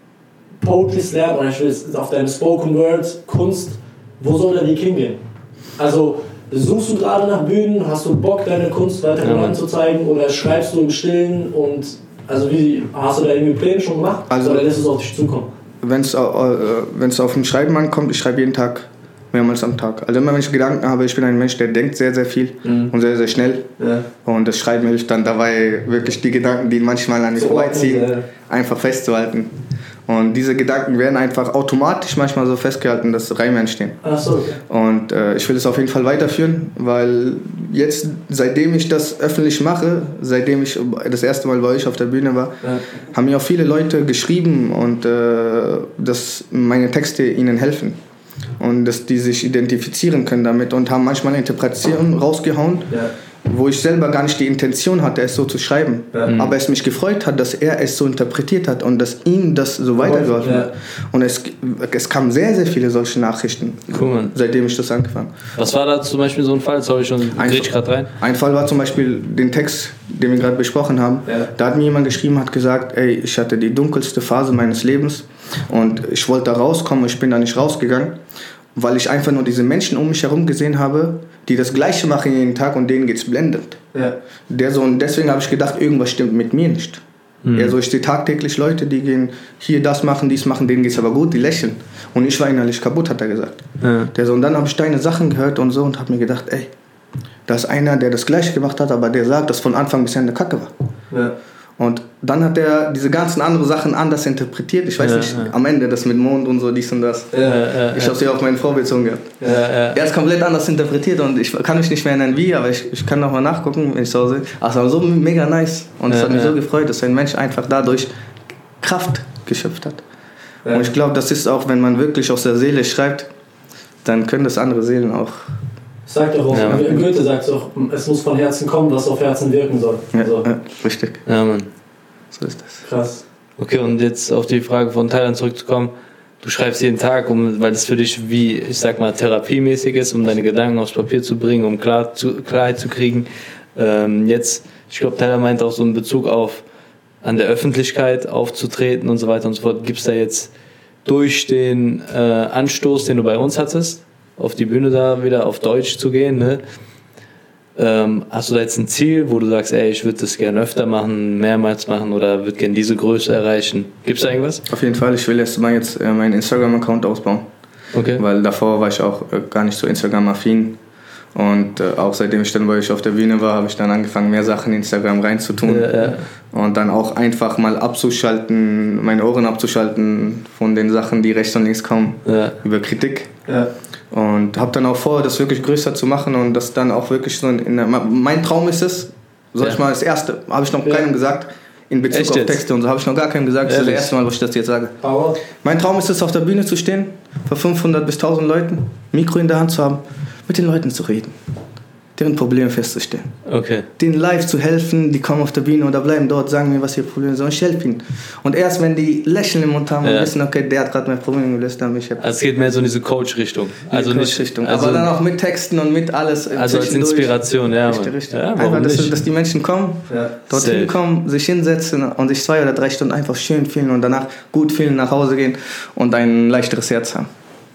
Poetry Slam oder ich will jetzt auf deine Spoken Words Kunst, wo soll der Weg hingehen? Also suchst du gerade nach Bühnen, hast du Bock deine Kunst weiter Ja, Mann. Leuten zu zeigen oder schreibst du im Stillen und also wie hast du da irgendwie Pläne schon gemacht Also- oder lässt es auf dich zukommen? Wenn es äh, auf ein Schreiben ankommt, ich schreibe jeden Tag, mehrmals am Tag. Also immer wenn ich Gedanken habe, ich bin ein Mensch, der denkt sehr, sehr viel Mhm. und sehr, sehr schnell. Ja. Und das Schreiben hilft dann dabei, wirklich die Gedanken, die manchmal an mir Zu vorbeiziehen, ordnen, einfach festzuhalten. Und diese Gedanken werden einfach automatisch manchmal so festgehalten, dass Reime entstehen. Ach so, okay. Und äh, ich will es auf jeden Fall weiterführen, weil jetzt, seitdem ich das öffentlich mache, seitdem ich das erste Mal bei euch auf der Bühne war, Ja. haben mir auch viele Leute geschrieben und äh, dass meine Texte ihnen helfen. Und dass die sich identifizieren können damit und haben manchmal Interpretationen rausgehauen, Ja. wo ich selber gar nicht die Intention hatte, es so zu schreiben. Ja. Aber es mich gefreut hat, dass er es so interpretiert hat und dass ihm das so weitergeholfen Ja. hat. Und es, es kamen sehr, sehr viele solche Nachrichten, Cool, Mann. seitdem ich das angefangen habe. Was war da zum Beispiel so ein Fall? Sorry, schon grätsch gerade rein. Ein Fall war zum Beispiel den Text, den wir gerade besprochen haben. Ja. Da hat mir jemand geschrieben, hat gesagt, ey, ich hatte die dunkelste Phase meines Lebens und ich wollte da rauskommen, ich bin da nicht rausgegangen, weil ich einfach nur diese Menschen um mich herum gesehen habe, die das Gleiche machen jeden Tag und denen geht's blendend. Ja. Der so, und deswegen habe ich gedacht, irgendwas stimmt mit mir nicht. Mhm. Also ich sehe tagtäglich Leute, die gehen hier das machen, dies machen, denen geht's aber gut, die lächeln. Und ich war innerlich kaputt, hat er gesagt. Ja. Der so, und dann habe ich deine Sachen gehört und so und habe mir gedacht, ey, da ist einer, der das Gleiche gemacht hat, aber der sagt, dass von Anfang bis Ende Kacke war. Ja. Und dann hat er diese ganzen anderen Sachen anders interpretiert. Ich weiß Ja, nicht, ja. am Ende das mit Mond und so, dies und das. Ja, ja, Ich ja. habe sie auf meinen Vorbezogen gehabt. Ja, ja. Er ist komplett anders interpretiert und ich kann mich nicht mehr erinnern wie, aber ich, ich kann noch mal nachgucken, wenn ich zu Hause. Ach, es war so mega nice und es Ja, hat mich ja. so gefreut, dass ein Mensch einfach dadurch Kraft geschöpft hat. Ja. Und ich glaube, das ist auch, wenn man wirklich aus der Seele schreibt, dann können das andere Seelen auch. Sagt doch auch, Ja. Goethe sagt auch, es muss von Herzen kommen, was auf Herzen wirken soll. Ja, Also, ja, richtig, Ja, Mann. so ist das. krass. Okay, und jetzt auf die Frage von Thailand zurückzukommen. Du schreibst jeden Tag, um, weil das für dich wie, ich sag mal, therapiemäßig ist, um deine Gedanken aufs Papier zu bringen, um klar zu, Klarheit zu kriegen. Ähm, jetzt, ich glaube, Thailand meint auch so in Bezug auf an der Öffentlichkeit aufzutreten und so weiter und so fort. Gibt es da jetzt durch den äh, Anstoß, den du bei uns hattest, auf die Bühne da wieder auf Deutsch zu gehen, ne? Ähm, hast du da jetzt ein Ziel, wo du sagst, ey, ich würde das gerne öfter machen, mehrmals machen oder würde gerne diese Größe erreichen? Gibt es da irgendwas? Auf jeden Fall, ich will erst mal jetzt äh, meinen Instagram-Account ausbauen. Okay. Weil davor war ich auch äh, gar nicht so Instagram-affin. Und äh, auch seitdem ich dann bei euch auf der Bühne war, habe ich dann angefangen, mehr Sachen in Instagram reinzutun. Ja, ja. Und dann auch einfach mal abzuschalten, meine Ohren abzuschalten von den Sachen, die rechts und links kommen, Ja. über Kritik. Ja. Und habe dann auch vor, das wirklich größer zu machen und das dann auch wirklich so in, in der, mein Traum ist es, soll Ja. ich mal das erste, habe ich noch Ja. keinem gesagt, in Bezug Echt auf jetzt? Texte und so, habe ich noch gar keinem gesagt, das ist das Ehrlich? erste Mal, wo ich das jetzt sage. Aber Mein Traum ist es, auf der Bühne zu stehen, vor fünfhundert bis tausend Leuten, Mikro in der Hand zu haben, mit den Leuten zu reden, deren Probleme festzustellen. Okay. Denen live zu helfen, die kommen auf der Bühne oder bleiben dort, sagen mir, was ihr Probleme sind und ich helfe ihnen. Und erst wenn die Lächeln im Mund haben und Ja. wissen, okay, der hat gerade mein Problem gelöst, dann bin ich happy. Also es geht mehr so in diese Coach-Richtung. Also nicht, Richtung. also, aber dann auch mit Texten und mit alles. äh, also als zwischendurch. Inspiration, ja. Richtig, Mann. richtig. Ja, einfach, warum dass, nicht? dass die Menschen kommen, ja. dorthin Safe. kommen, sich hinsetzen und sich zwei oder drei Stunden einfach schön fühlen und danach gut fühlen, nach Hause gehen und ein leichteres Herz haben.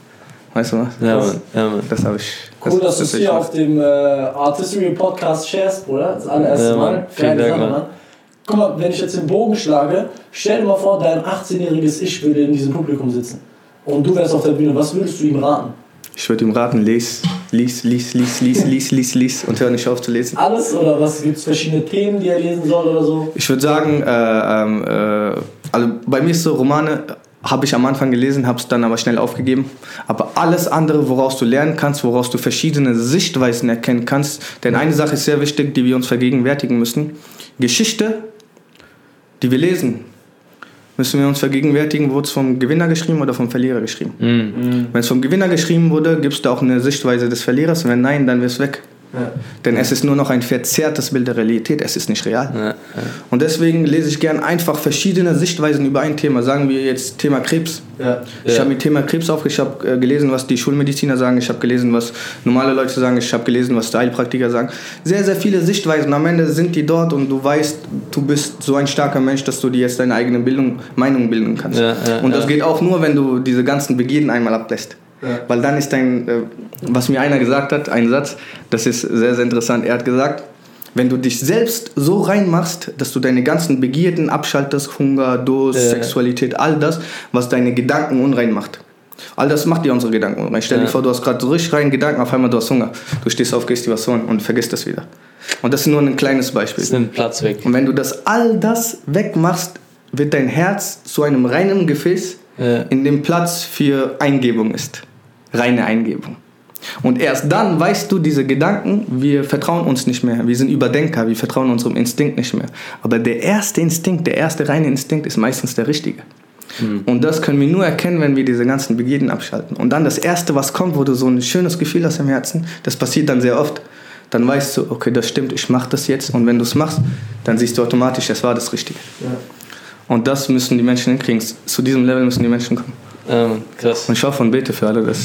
Weißt du was? Ja, Mann. Ja, Mann. Das habe ich. Cool, das, dass du es hier auf dem äh, Artistry Podcast sharest, Bruder. Das allererste Ja, Mal. Mann. Vielen Dank, Mann. Mann. Guck mal, wenn ich jetzt den Bogen schlage, stell dir mal vor, dein achtzehnjähriges Ich würde in diesem Publikum sitzen. Und du wärst auf der Bühne. Was würdest du ihm raten? Ich würde ihm raten, lies, lies, lies, lies, lies, lies, lies, lies und hör nicht auf zu lesen. Alles oder was? Gibt es verschiedene Themen, die er lesen soll oder so? Ich würde sagen, äh, ähm, äh, also bei mir ist so, Romane habe ich am Anfang gelesen, habe es dann aber schnell aufgegeben. Aber alles andere, woraus du lernen kannst, woraus du verschiedene Sichtweisen erkennen kannst. Denn eine Sache ist sehr wichtig, die wir uns vergegenwärtigen müssen. Geschichte, die wir lesen, müssen wir uns vergegenwärtigen, wurde es vom Gewinner geschrieben oder vom Verlierer geschrieben. Mhm. Wenn es vom Gewinner geschrieben wurde, gibt es da auch eine Sichtweise des Verlierers. Wenn nein, dann wird es weg. Ja. Denn es ist nur noch ein verzerrtes Bild der Realität, es ist nicht real. Ja, ja. Und deswegen lese ich gern einfach verschiedene Sichtweisen über ein Thema. Sagen wir jetzt Thema Krebs. Ja. Ich Ja. habe mit Thema Krebs auf, ich habe äh, gelesen, was die Schulmediziner sagen, ich habe gelesen, was normale Leute sagen, ich habe gelesen, was die Heilpraktiker sagen. Sehr, sehr viele Sichtweisen. Am Ende sind die dort und du weißt, du bist so ein starker Mensch, dass du dir jetzt deine eigene Bildung, Meinung bilden kannst. Ja, ja, und das ja. geht auch nur, wenn du diese ganzen Begierden einmal ablässt. Ja. Weil dann ist dein, äh, was mir einer gesagt hat, ein Satz, das ist sehr, sehr interessant. Er hat gesagt, wenn du dich selbst so reinmachst, dass du deine ganzen Begierden abschaltest, Hunger, Durst, Ja. Sexualität, all das, was deine Gedanken unrein macht. All das macht dir unsere Gedanken unrein. Stell dir Ja. vor, du hast gerade so richtig rein Gedanken, auf einmal du hast Hunger. Du stehst auf, gehst dir was holen und vergisst das wieder. Und das ist nur ein kleines Beispiel. Das nimmt Platz weg. Und wenn du das all das wegmachst, wird dein Herz zu einem reinen Gefäß, Ja. in dem Platz für Eingebung ist. Reine Eingebung. Und erst dann weißt du, diese Gedanken, wir vertrauen uns nicht mehr. Wir sind Überdenker, wir vertrauen unserem Instinkt nicht mehr. Aber der erste Instinkt, der erste reine Instinkt ist meistens der richtige. Mhm. Und das können wir nur erkennen, wenn wir diese ganzen Begierden abschalten. Und dann das Erste, was kommt, wo du so ein schönes Gefühl hast im Herzen, das passiert dann sehr oft. Dann weißt du, okay, das stimmt, ich mache das jetzt. Und wenn du es machst, dann siehst du automatisch, es war das Richtige. Ja. Und das müssen die Menschen hinkriegen. Zu diesem Level müssen die Menschen kommen. Ähm, krass. Und ich hoffe und bete für alle, dass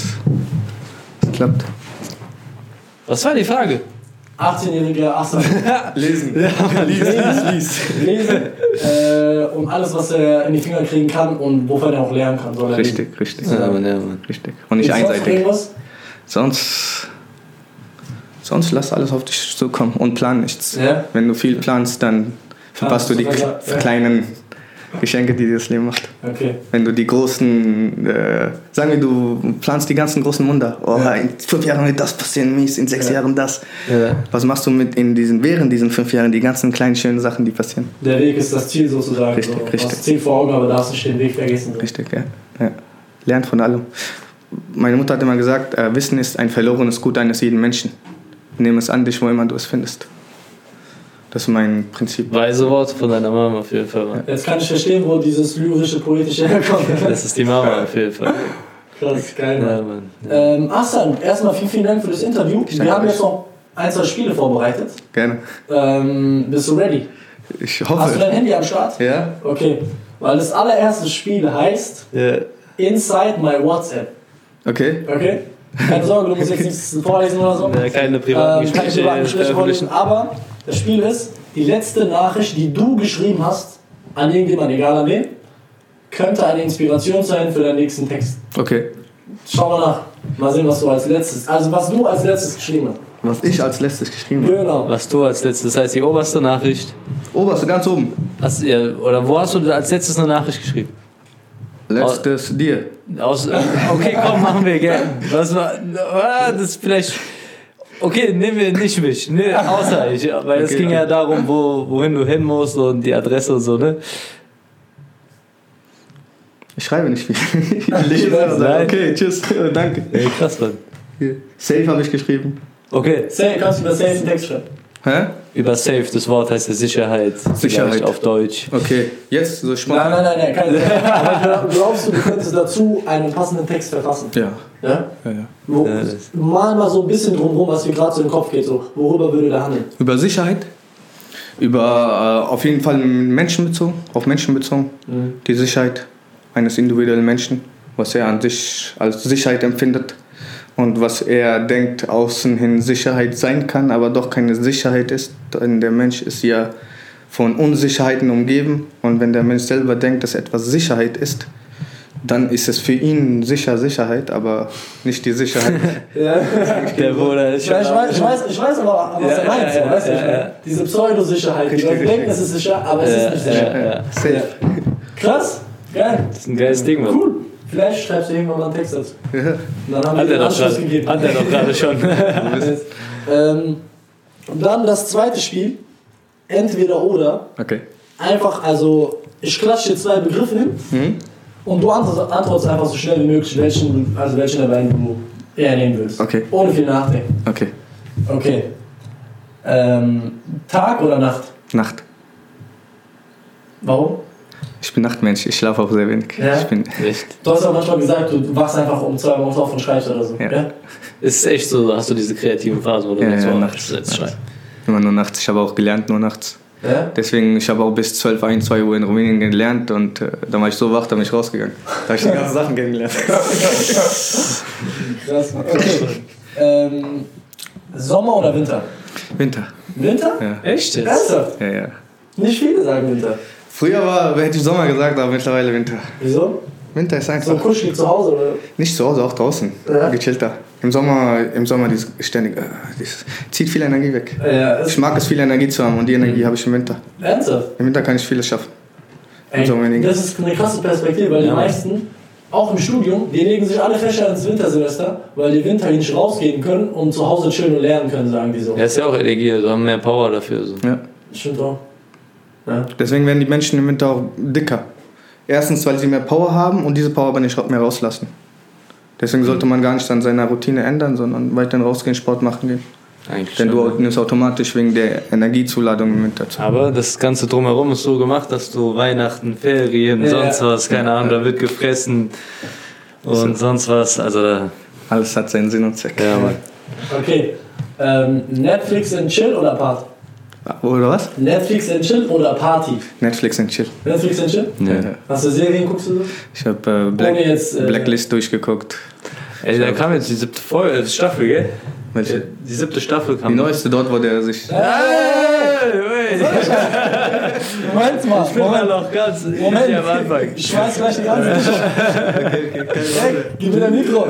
es klappt. Was war die Frage? achtzehnjähriger Assan. Lesen. Lesen. lies. Lesen. Äh, und alles, was er in die Finger kriegen kann und wovon er auch lernen kann, soll er lesen. Richtig, richtig. Ja, Mann, ja, Mann. Richtig. Und nicht Gibt's sonst einseitig. irgendwas? Sonst, sonst lass alles auf dich zukommen und plan nichts. Ja. Wenn du viel planst, dann verpasst Ah, du die super, ja. k- kleinen Geschenke, die dir das Leben macht. Okay. Wenn du die großen, äh, sagen wir, du planst die ganzen großen Wunder. Oh, Ja. in fünf Jahren wird das passieren, mies, in sechs Ja. Jahren das. Ja. Was machst du mit in diesen, während diesen fünf Jahren, die ganzen kleinen schönen Sachen, die passieren? Der Weg ist das Ziel sozusagen. Richtig, so. Du richtig. hast das Ziel vor Augen, aber darfst nicht den Weg vergessen. So. Richtig, ja. ja. Lernt von allem. Meine Mutter hat immer gesagt, äh, Wissen ist ein verlorenes Gut eines jeden Menschen. Nimm es an dich, wo immer du es findest. Das ist mein Prinzip. Weise Worte von deiner Mama auf jeden Fall, Mann. Jetzt kann ich verstehen, wo dieses lyrische, poetische herkommt. Das ist die Mama auf jeden Fall. Krass, geil. Ja, Mann. Mann. Ähm, Hassan, erstmal vielen, vielen Dank für das Interview. danke Wir haben euch. jetzt noch ein, zwei Spiele vorbereitet. Gerne. Ähm, bist du ready? Ich Hast du hoffe. dein Handy am Start? Ja? Okay. Weil das allererste Spiel heißt Ja. Inside My WhatsApp. Okay. Okay? Keine Sorge, du musst jetzt nichts vorlesen oder so. Ja, keine privaten Ähm, keine Gespräche privaten Gespräche veröffentlichen. vorlesen. Aber das Spiel ist, die letzte Nachricht, die du geschrieben hast, an irgendjemanden, egal an wen, könnte eine Inspiration sein für deinen nächsten Text. Okay. Schau mal nach. Mal sehen, was du als letztes, also was du als letztes geschrieben hast. Was ich als letztes geschrieben habe. Genau. Was du als letztes, das heißt die oberste Nachricht. Oberste, ganz oben. Hast, ja, oder wo hast du als letztes eine Nachricht geschrieben? Letztes dir. Aus, okay, komm, machen wir, gell. Was war, ah, das ist vielleicht... Okay, nehmen wir nicht mich, ne, außer ich, weil es Okay, ging ja. ja darum, wo, wohin du hin musst und die Adresse und so, ne? Ich schreibe nicht viel. Ich lese Nein. und sage, okay, tschüss, danke. Ja, krass, Mann. Hier. Safe habe ich geschrieben. Okay, Safe, kannst du über Safe einen Text schreiben? Hä? über Safe, das Wort heißt ja Sicherheit. Sicherheit. Vielleicht auf Deutsch. Okay, jetzt so Nein, spontan. nein, nein, nein, keine Sorge. Aber glaubst du, du könntest dazu einen passenden Text verfassen? Ja, Ja? ja, ja. Wo, Ja, das- mal mal so ein bisschen drumherum, was dir gerade so im Kopf geht. So. Worüber würde der handeln? Über Sicherheit, über äh, auf jeden Fall Menschen bezogen, auf Menschen bezogen. Mhm. Die Sicherheit eines individuellen Menschen, was er an sich als Sicherheit empfindet und was er denkt, außen hin Sicherheit sein kann, aber doch keine Sicherheit ist. Denn der Mensch ist ja von Unsicherheiten umgeben und wenn der Mensch selber denkt, dass etwas Sicherheit ist, dann ist es für ihn sicher Sicherheit, aber nicht die Sicherheit. Ja. Der Bruder ist Ja, schon. ich, weiß, ich, weiß, ich weiß aber, was Ja, er meint. ja, so, weißt du, ja, ich meine, ja. diese Pseudosicherheit. Die Richtig, Leute richtig. denken, es ist sicher, aber es ist nicht sicher. Ja, ja. Safe. Krass, geil. Das ist ein geiles Ding, Mann. Cool. Vielleicht schreibst du irgendwann mal einen Text dazu. Ja. Und dann haben Hat wir er den doch Anschluss gerade gegeben. hat er doch gerade schon. ähm, und dann das zweite Spiel. Entweder oder. Okay. Einfach, also, ich klatsche dir zwei Begriffe hin. Mhm. Und du antwortest, antwortest einfach so schnell wie möglich, welchen, du- also welchen der beiden du eher nehmen willst. Okay. Ohne viel Nachdenken. Okay. Okay. Ähm, Tag oder Nacht? Nacht. Warum? Ich bin Nachtmensch, ich schlafe auch sehr wenig. Ja? Ich bin, Echt? Du hast ja manchmal gesagt, du wachst einfach um zwei Uhr morgens auf und schreibst oder so. Ja. Ja? Ist echt so, hast du diese kreativen Phasen, wo du Ja, denkst, ja, oh, nachts. jetzt schrei. immer nur nachts. Ich habe auch gelernt, nur nachts. Ja? Deswegen, ich habe auch bis zwölf, eins, zwei Uhr in Rumänien gelernt und äh, dann war ich so wach, da bin ich rausgegangen. Da habe ich die ganzen Sachen kennengelernt. Krass. Okay. ähm, Sommer oder Winter? Winter. Winter? Ja. Echt jetzt? Ernsthaft? Ja, ja. Nicht viele sagen Winter. Früher war, hätte ich Sommer gesagt, aber mittlerweile Winter. Wieso? Winter ist So einfach. kuschelig zu Hause oder? Nicht zu Hause, auch draußen. Ja. Gechillter. Im Sommer, im Sommer dieses ständig, äh, das zieht viel Energie weg. Ja, Ich mag es, viel Energie zu haben und die Energie habe ich im Winter. Ernsthaft? Im Winter kann ich vieles schaffen. Im Ey, Sommer weniger. das ist eine krasse Perspektive, weil die Ja. meisten, auch im Studium, die legen sich alle Fächer ins Wintersemester, weil die Winter nicht rausgehen können und zu Hause chillen und lernen können, sagen die so. Ja, ist ja auch Energie, also haben mehr Power dafür. So. Ja. Stimmt auch. Ja. Deswegen werden die Menschen im Winter auch dicker. Erstens, weil sie mehr Power haben und diese Power aber nicht mehr rauslassen. Deswegen sollte man gar nicht an seiner Routine ändern, sondern weiterhin rausgehen, Sport machen gehen. Eigentlich Denn schon. du nimmst automatisch wegen der Energiezuladung im Winter zu. Aber das Ganze drumherum ist so gemacht, dass du Weihnachten, Ferien, Ja, sonst ja. was, keine Ahnung, da wird gefressen und sonst was. Also da, Alles hat seinen Sinn und Zweck. ja, Mann. Okay. Ähm, Netflix and Chill oder Party? Oder was? Netflix and Chill oder Party? Netflix and Chill. Netflix and Chill? Ja. Was für Serien guckst du so? Ich habe äh, Black, Ohne jetzt, äh, Blacklist durchgeguckt. Ey, da kam jetzt die siebte Folge, äh, Staffel, gell? Welche? Die siebte Staffel kam. Die neueste dort, wo der sich... Hey, hey. Moment mal, Ich bin da Moment. noch ganz Moment. easy am Anfang. Ich schmeiß gleich die ganze Zeit. Hey, gib mir dein Mikro.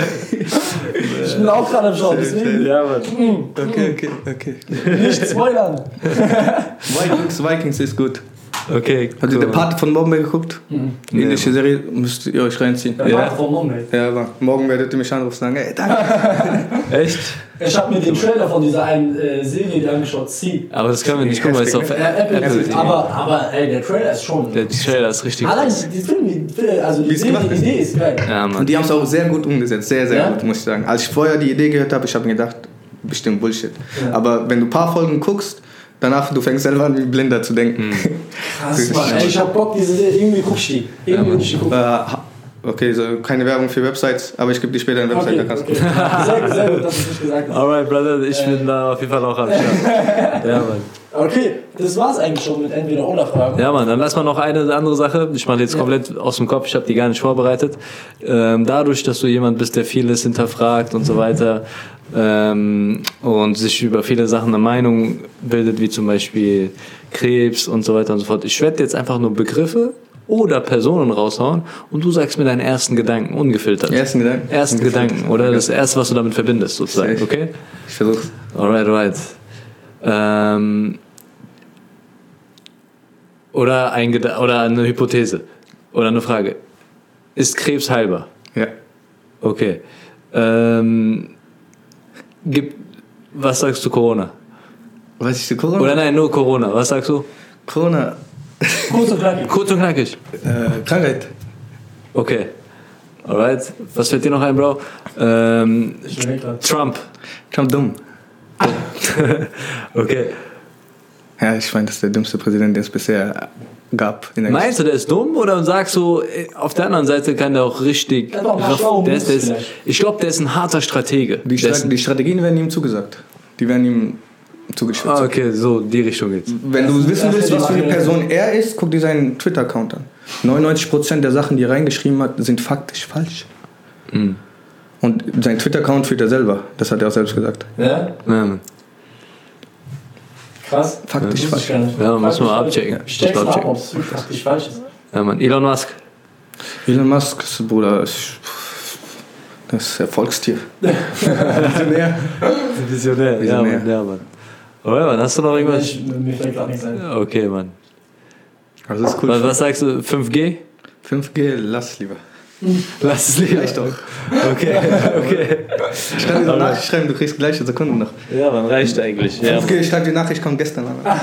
Ich bin auch gerade am Schauen, deswegen Ja, Mann. Okay, okay, okay. nicht spoilern. Vikings, Vikings ist gut. Okay, Habt ihr cool. den Part von Bombay geguckt? Mhm. Die indische Serie müsst ihr euch reinziehen. Der Part von Moment. Ja, aber morgen werdet ihr mich anrufen und sagen, ey, danke. Echt? Ich habe mir den Trailer von dieser einen äh, Serie angeschaut, Sie. Aber das können wir nicht gucken, weil es auf Heftig, Äh, Apple, Apple T V. aber, aber ey, der Trailer ist schon. Der Trailer ist richtig Allein krass. die Film, die, also die, Wie es Serie, gemacht die ist. Idee ist geil. Ja, Mann. Und die haben es auch sehr gut umgesetzt, sehr, sehr Ja? gut, muss ich sagen. Als ich vorher die Idee gehört habe, ich habe mir gedacht, bestimmt Bullshit. Ja. Aber wenn du ein paar Folgen guckst, danach, du fängst selber an, wie Blinder zu denken. Krass, Mann. Ey, ich hab Bock, diese Serie, irgendwie guck ich die. Irgendwie will ich die gucken. Äh, ha- okay, so keine Werbung für Websites, aber ich gebe dir später eine Website, Okay, da kannst du. okay. Sehr, gut, sehr gut, dass du es nicht gesagt hast. Alright, Brother, ich bin da auf jeden Fall auch am Start. Ja, Mann. Okay, das war's eigentlich schon mit Entweder-Oder-Fragen. Ja, Mann, dann lass mal noch eine andere Sache. Ich mache jetzt Ja. komplett aus dem Kopf, ich habe die gar nicht vorbereitet. Ähm, dadurch, dass du jemand bist, der vieles hinterfragt und so weiter ähm, und sich über viele Sachen eine Meinung bildet, wie zum Beispiel Krebs und so weiter und so fort. Ich werde jetzt einfach nur Begriffe oder Personen raushauen und du sagst mir deinen ersten Gedanken, ungefiltert. Ersten Gedanken? Ersten Gedanken oder das erste, was du damit verbindest, sozusagen, Safe. okay? Ich versuch's. Alright, alright. Ähm, oder, ein Geda oder eine Hypothese. Oder eine Frage. Ist Krebs heilbar? Ja. Okay. Ähm, gibt, was sagst du Corona? Was ist die Corona? Oder nein, nur Corona. Was sagst du? Corona. Kurz und knackig. Kurz und knackig. Äh, Krankheit. Okay. Alright. Was fällt dir noch ein, Bro? Ähm, Ich überleg grad. Trump. Trump dumm. Okay. Ja, ich meine, das ist der dümmste Präsident, den es bisher gab. In der Meinst du, der ist dumm oder sagst du, äh, auf der anderen Seite kann der auch richtig. Der hat auch ein paar schlaue der ist, der ist, Moves vielleicht. ich glaube, der ist ein harter Stratege. Die, Der Stra ist, die Strategien werden ihm zugesagt. Die werden ihm zugeschützt. ah, okay, so die Richtung geht's. Wenn du wissen das willst, ist was für eine die Person er ist, guck dir seinen Twitter-Account an. neunundneunzig Prozent der Sachen, die er reingeschrieben hat, sind faktisch falsch. Mhm. Und sein Twitter-Account führt er selber. Das hat er auch selbst gesagt. Ja? Ja, Mann. Krass. Faktisch Wusste ich falsch. gar nicht. Ja, muss man Faktisch abchecken. falsch. Ich check's Muss man mal ab, abchecken. ob es faktisch falsch ist. Ja, Mann. Elon Musk. Elon Musk, Bruder, ist, das ist Erfolgstier. Visionär. Visionär, ja, Mann, ja, Mann. Oder, Mann, hast du noch irgendwas? Ich, mir fällt gerade nichts ein. Okay, Mann. Also das ist cool. Was, was sagst du, fünf G? fünf G, lass lieber. Lass es lieber. Reicht doch. Okay, okay. Ich kann dir eine Nachricht schreiben, du kriegst gleiche Sekunden noch. Ja, man reicht eigentlich. Ja, fünf G, ich schreibe die Nachricht, kommt gestern an.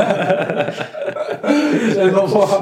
Stell dir mal vor.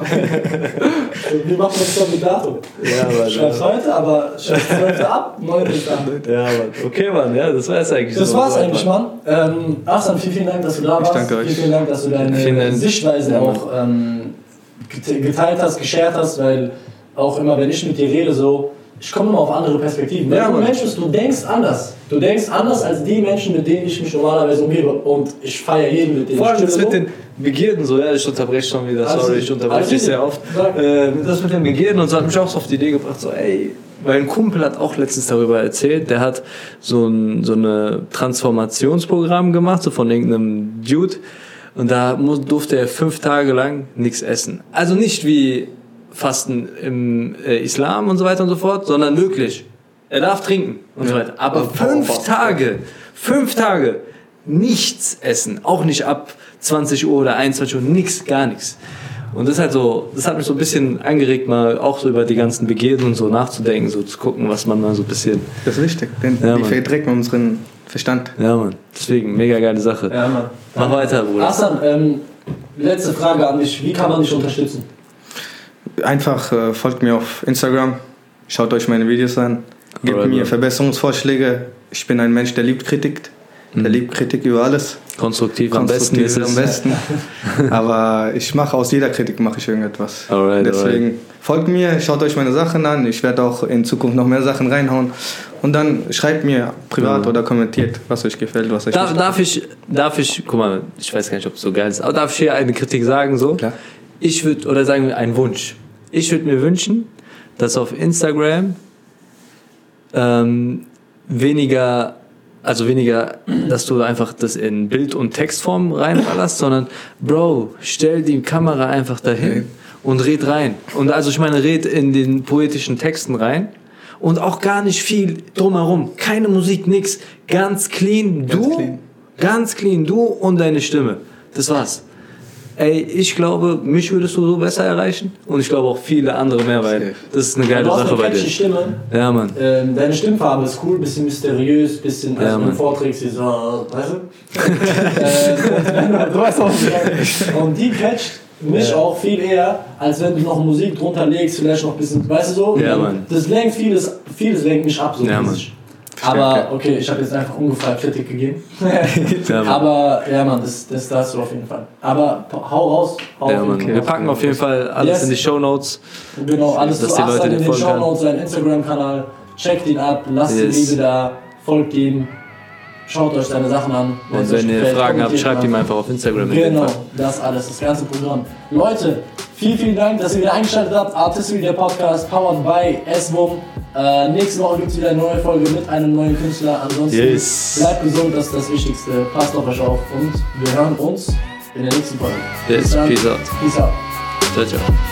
Wir machen das dann mit Datum. Ja, Mann. Schreib's heute, aber schreib's heute ab, neun ist da. Ja, Mann. Okay, Mann, ja, das war's eigentlich. Das so. war's eigentlich, Mann. Ähm, Achsan, vielen, vielen Dank, dass du da warst. Ich danke euch. Vielen, vielen Dank, dass du deine Vielen Dank. Sichtweisen Ja, auch ähm, gete- geteilt hast, geshared hast, weil auch immer, wenn ich mit dir rede, so, ich komme immer auf andere Perspektiven. Weil Ja, du ein Mann. Mensch bist, du denkst anders. Du denkst anders als die Menschen, mit denen ich mich normalerweise umgebe. Und ich feiere jeden, mit dem Vor allem ich das chill, mit so. den Begierden so, ja, ich unterbreche schon wieder, Alles sorry, gut. ich unterbreche Alles dich gut. sehr oft. Sag. Äh, das mit den Begierden und so hat mich auch so auf die Idee gebracht, so, ey, weil ein Kumpel hat auch letztens darüber erzählt, der hat so ein so eine Transformationsprogramm gemacht, so von irgendeinem Dude, und da muss, durfte er fünf Tage lang nichts essen. Also nicht wie Fasten im äh, Islam und so weiter und so fort, sondern wirklich. Er darf trinken und so weiter. Aber fünf Tage, fünf Tage nichts essen, auch nicht ab zwanzig Uhr oder einundzwanzig Uhr, nix, gar nichts. Und das ist halt so, das hat mich so ein bisschen angeregt, mal auch so über die ganzen Begierden und so nachzudenken, so zu gucken, was man mal so ein bisschen. Das ist wichtig, denn Ja, die Mann. verdrecken unseren Verstand. Ja, Mann. Deswegen, mega geile Sache. Ja, Mann. Mach weiter, Bruder. Achsan, ähm, letzte Frage an dich. Wie kann man dich unterstützen? Einfach äh, folgt mir auf Instagram, schaut euch meine Videos an, gebt Alright, mir bro. Verbesserungsvorschläge. Ich bin ein Mensch, der liebt Kritik, der liebt Kritik über alles. Konstruktiv, am besten Konstruktiv ist es. am besten. Aber ich mache aus jeder Kritik mache ich irgendetwas. Alright, Deswegen folgt mir, schaut euch meine Sachen an. Ich werde auch in Zukunft noch mehr Sachen reinhauen. Und dann schreibt mir privat Ja. oder kommentiert, was euch gefällt, was euch Darf, nicht darf ich, darf ich, guck mal, ich weiß gar nicht, ob es so geil ist, aber darf ich hier eine Kritik sagen, so? Klar. Ich würde, oder sagen wir einen Wunsch. Ich würde mir wünschen, dass auf Instagram ähm, weniger, also weniger, dass du einfach das in Bild- und Textform reinballerst, sondern, Bro, stell die Kamera einfach dahin Okay. und red rein. Und also ich meine, red in den poetischen Texten rein. Und auch gar nicht viel drumherum. Keine Musik, nix. Ganz clean. Du, Ganz clean. ganz clean. Du und deine Stimme. Das war's. Ey, ich glaube, mich würdest du so besser erreichen. Und ich glaube auch viele andere mehr, weil das ist eine geile Du hast Sache eine bei catchy dir. Stimme. Ja, Mann. Ähm, deine Stimmfarbe ist cool, bisschen mysteriös, bisschen, also Ja, wenn du Mann. vorträgst, wie so, weißt du? äh, du weißt auch, was ich meine. Und die catcht mich Ja. auch viel eher, als wenn du noch Musik drunter legst, vielleicht noch ein bisschen, weißt du so? Ja, Mann. Das lenkt vieles, vieles lenkt mich ab, so Ja, mäßig. Aber okay, ich habe jetzt einfach ungefragt Kritik gegeben. Ja, Mann. Aber ja, Mann, das, das darfst du auf jeden Fall. Aber hau raus, hau Ja, auf Mann. jeden Wir Fall. packen auf jeden Fall alles Yes. in die Shownotes. Genau, alles Dass zu die Leute Achsan den in den folgen können. Shownotes, seinen Instagram-Kanal. Checkt ihn ab, lasst Yes. die Liebe da, folgt ihm, schaut euch seine Sachen an. Und es wenn euch ihr gefällt, Fragen habt, kommentiert schreibt mal. ihm einfach auf Instagram. in dem Genau, Fall. das alles, das ganze Programm. Leute, vielen, vielen Dank, dass ihr wieder eingeschaltet habt. Artistry, der Podcast, powered by S W U M. Äh, nächste Woche gibt es wieder eine neue Folge mit einem neuen Künstler. Ansonsten Yes. bleibt gesund, das ist das Wichtigste. Passt auf euch auf und wir hören uns in der nächsten Folge. Yes, Bis dann. peace out. Peace out. Ciao, ciao.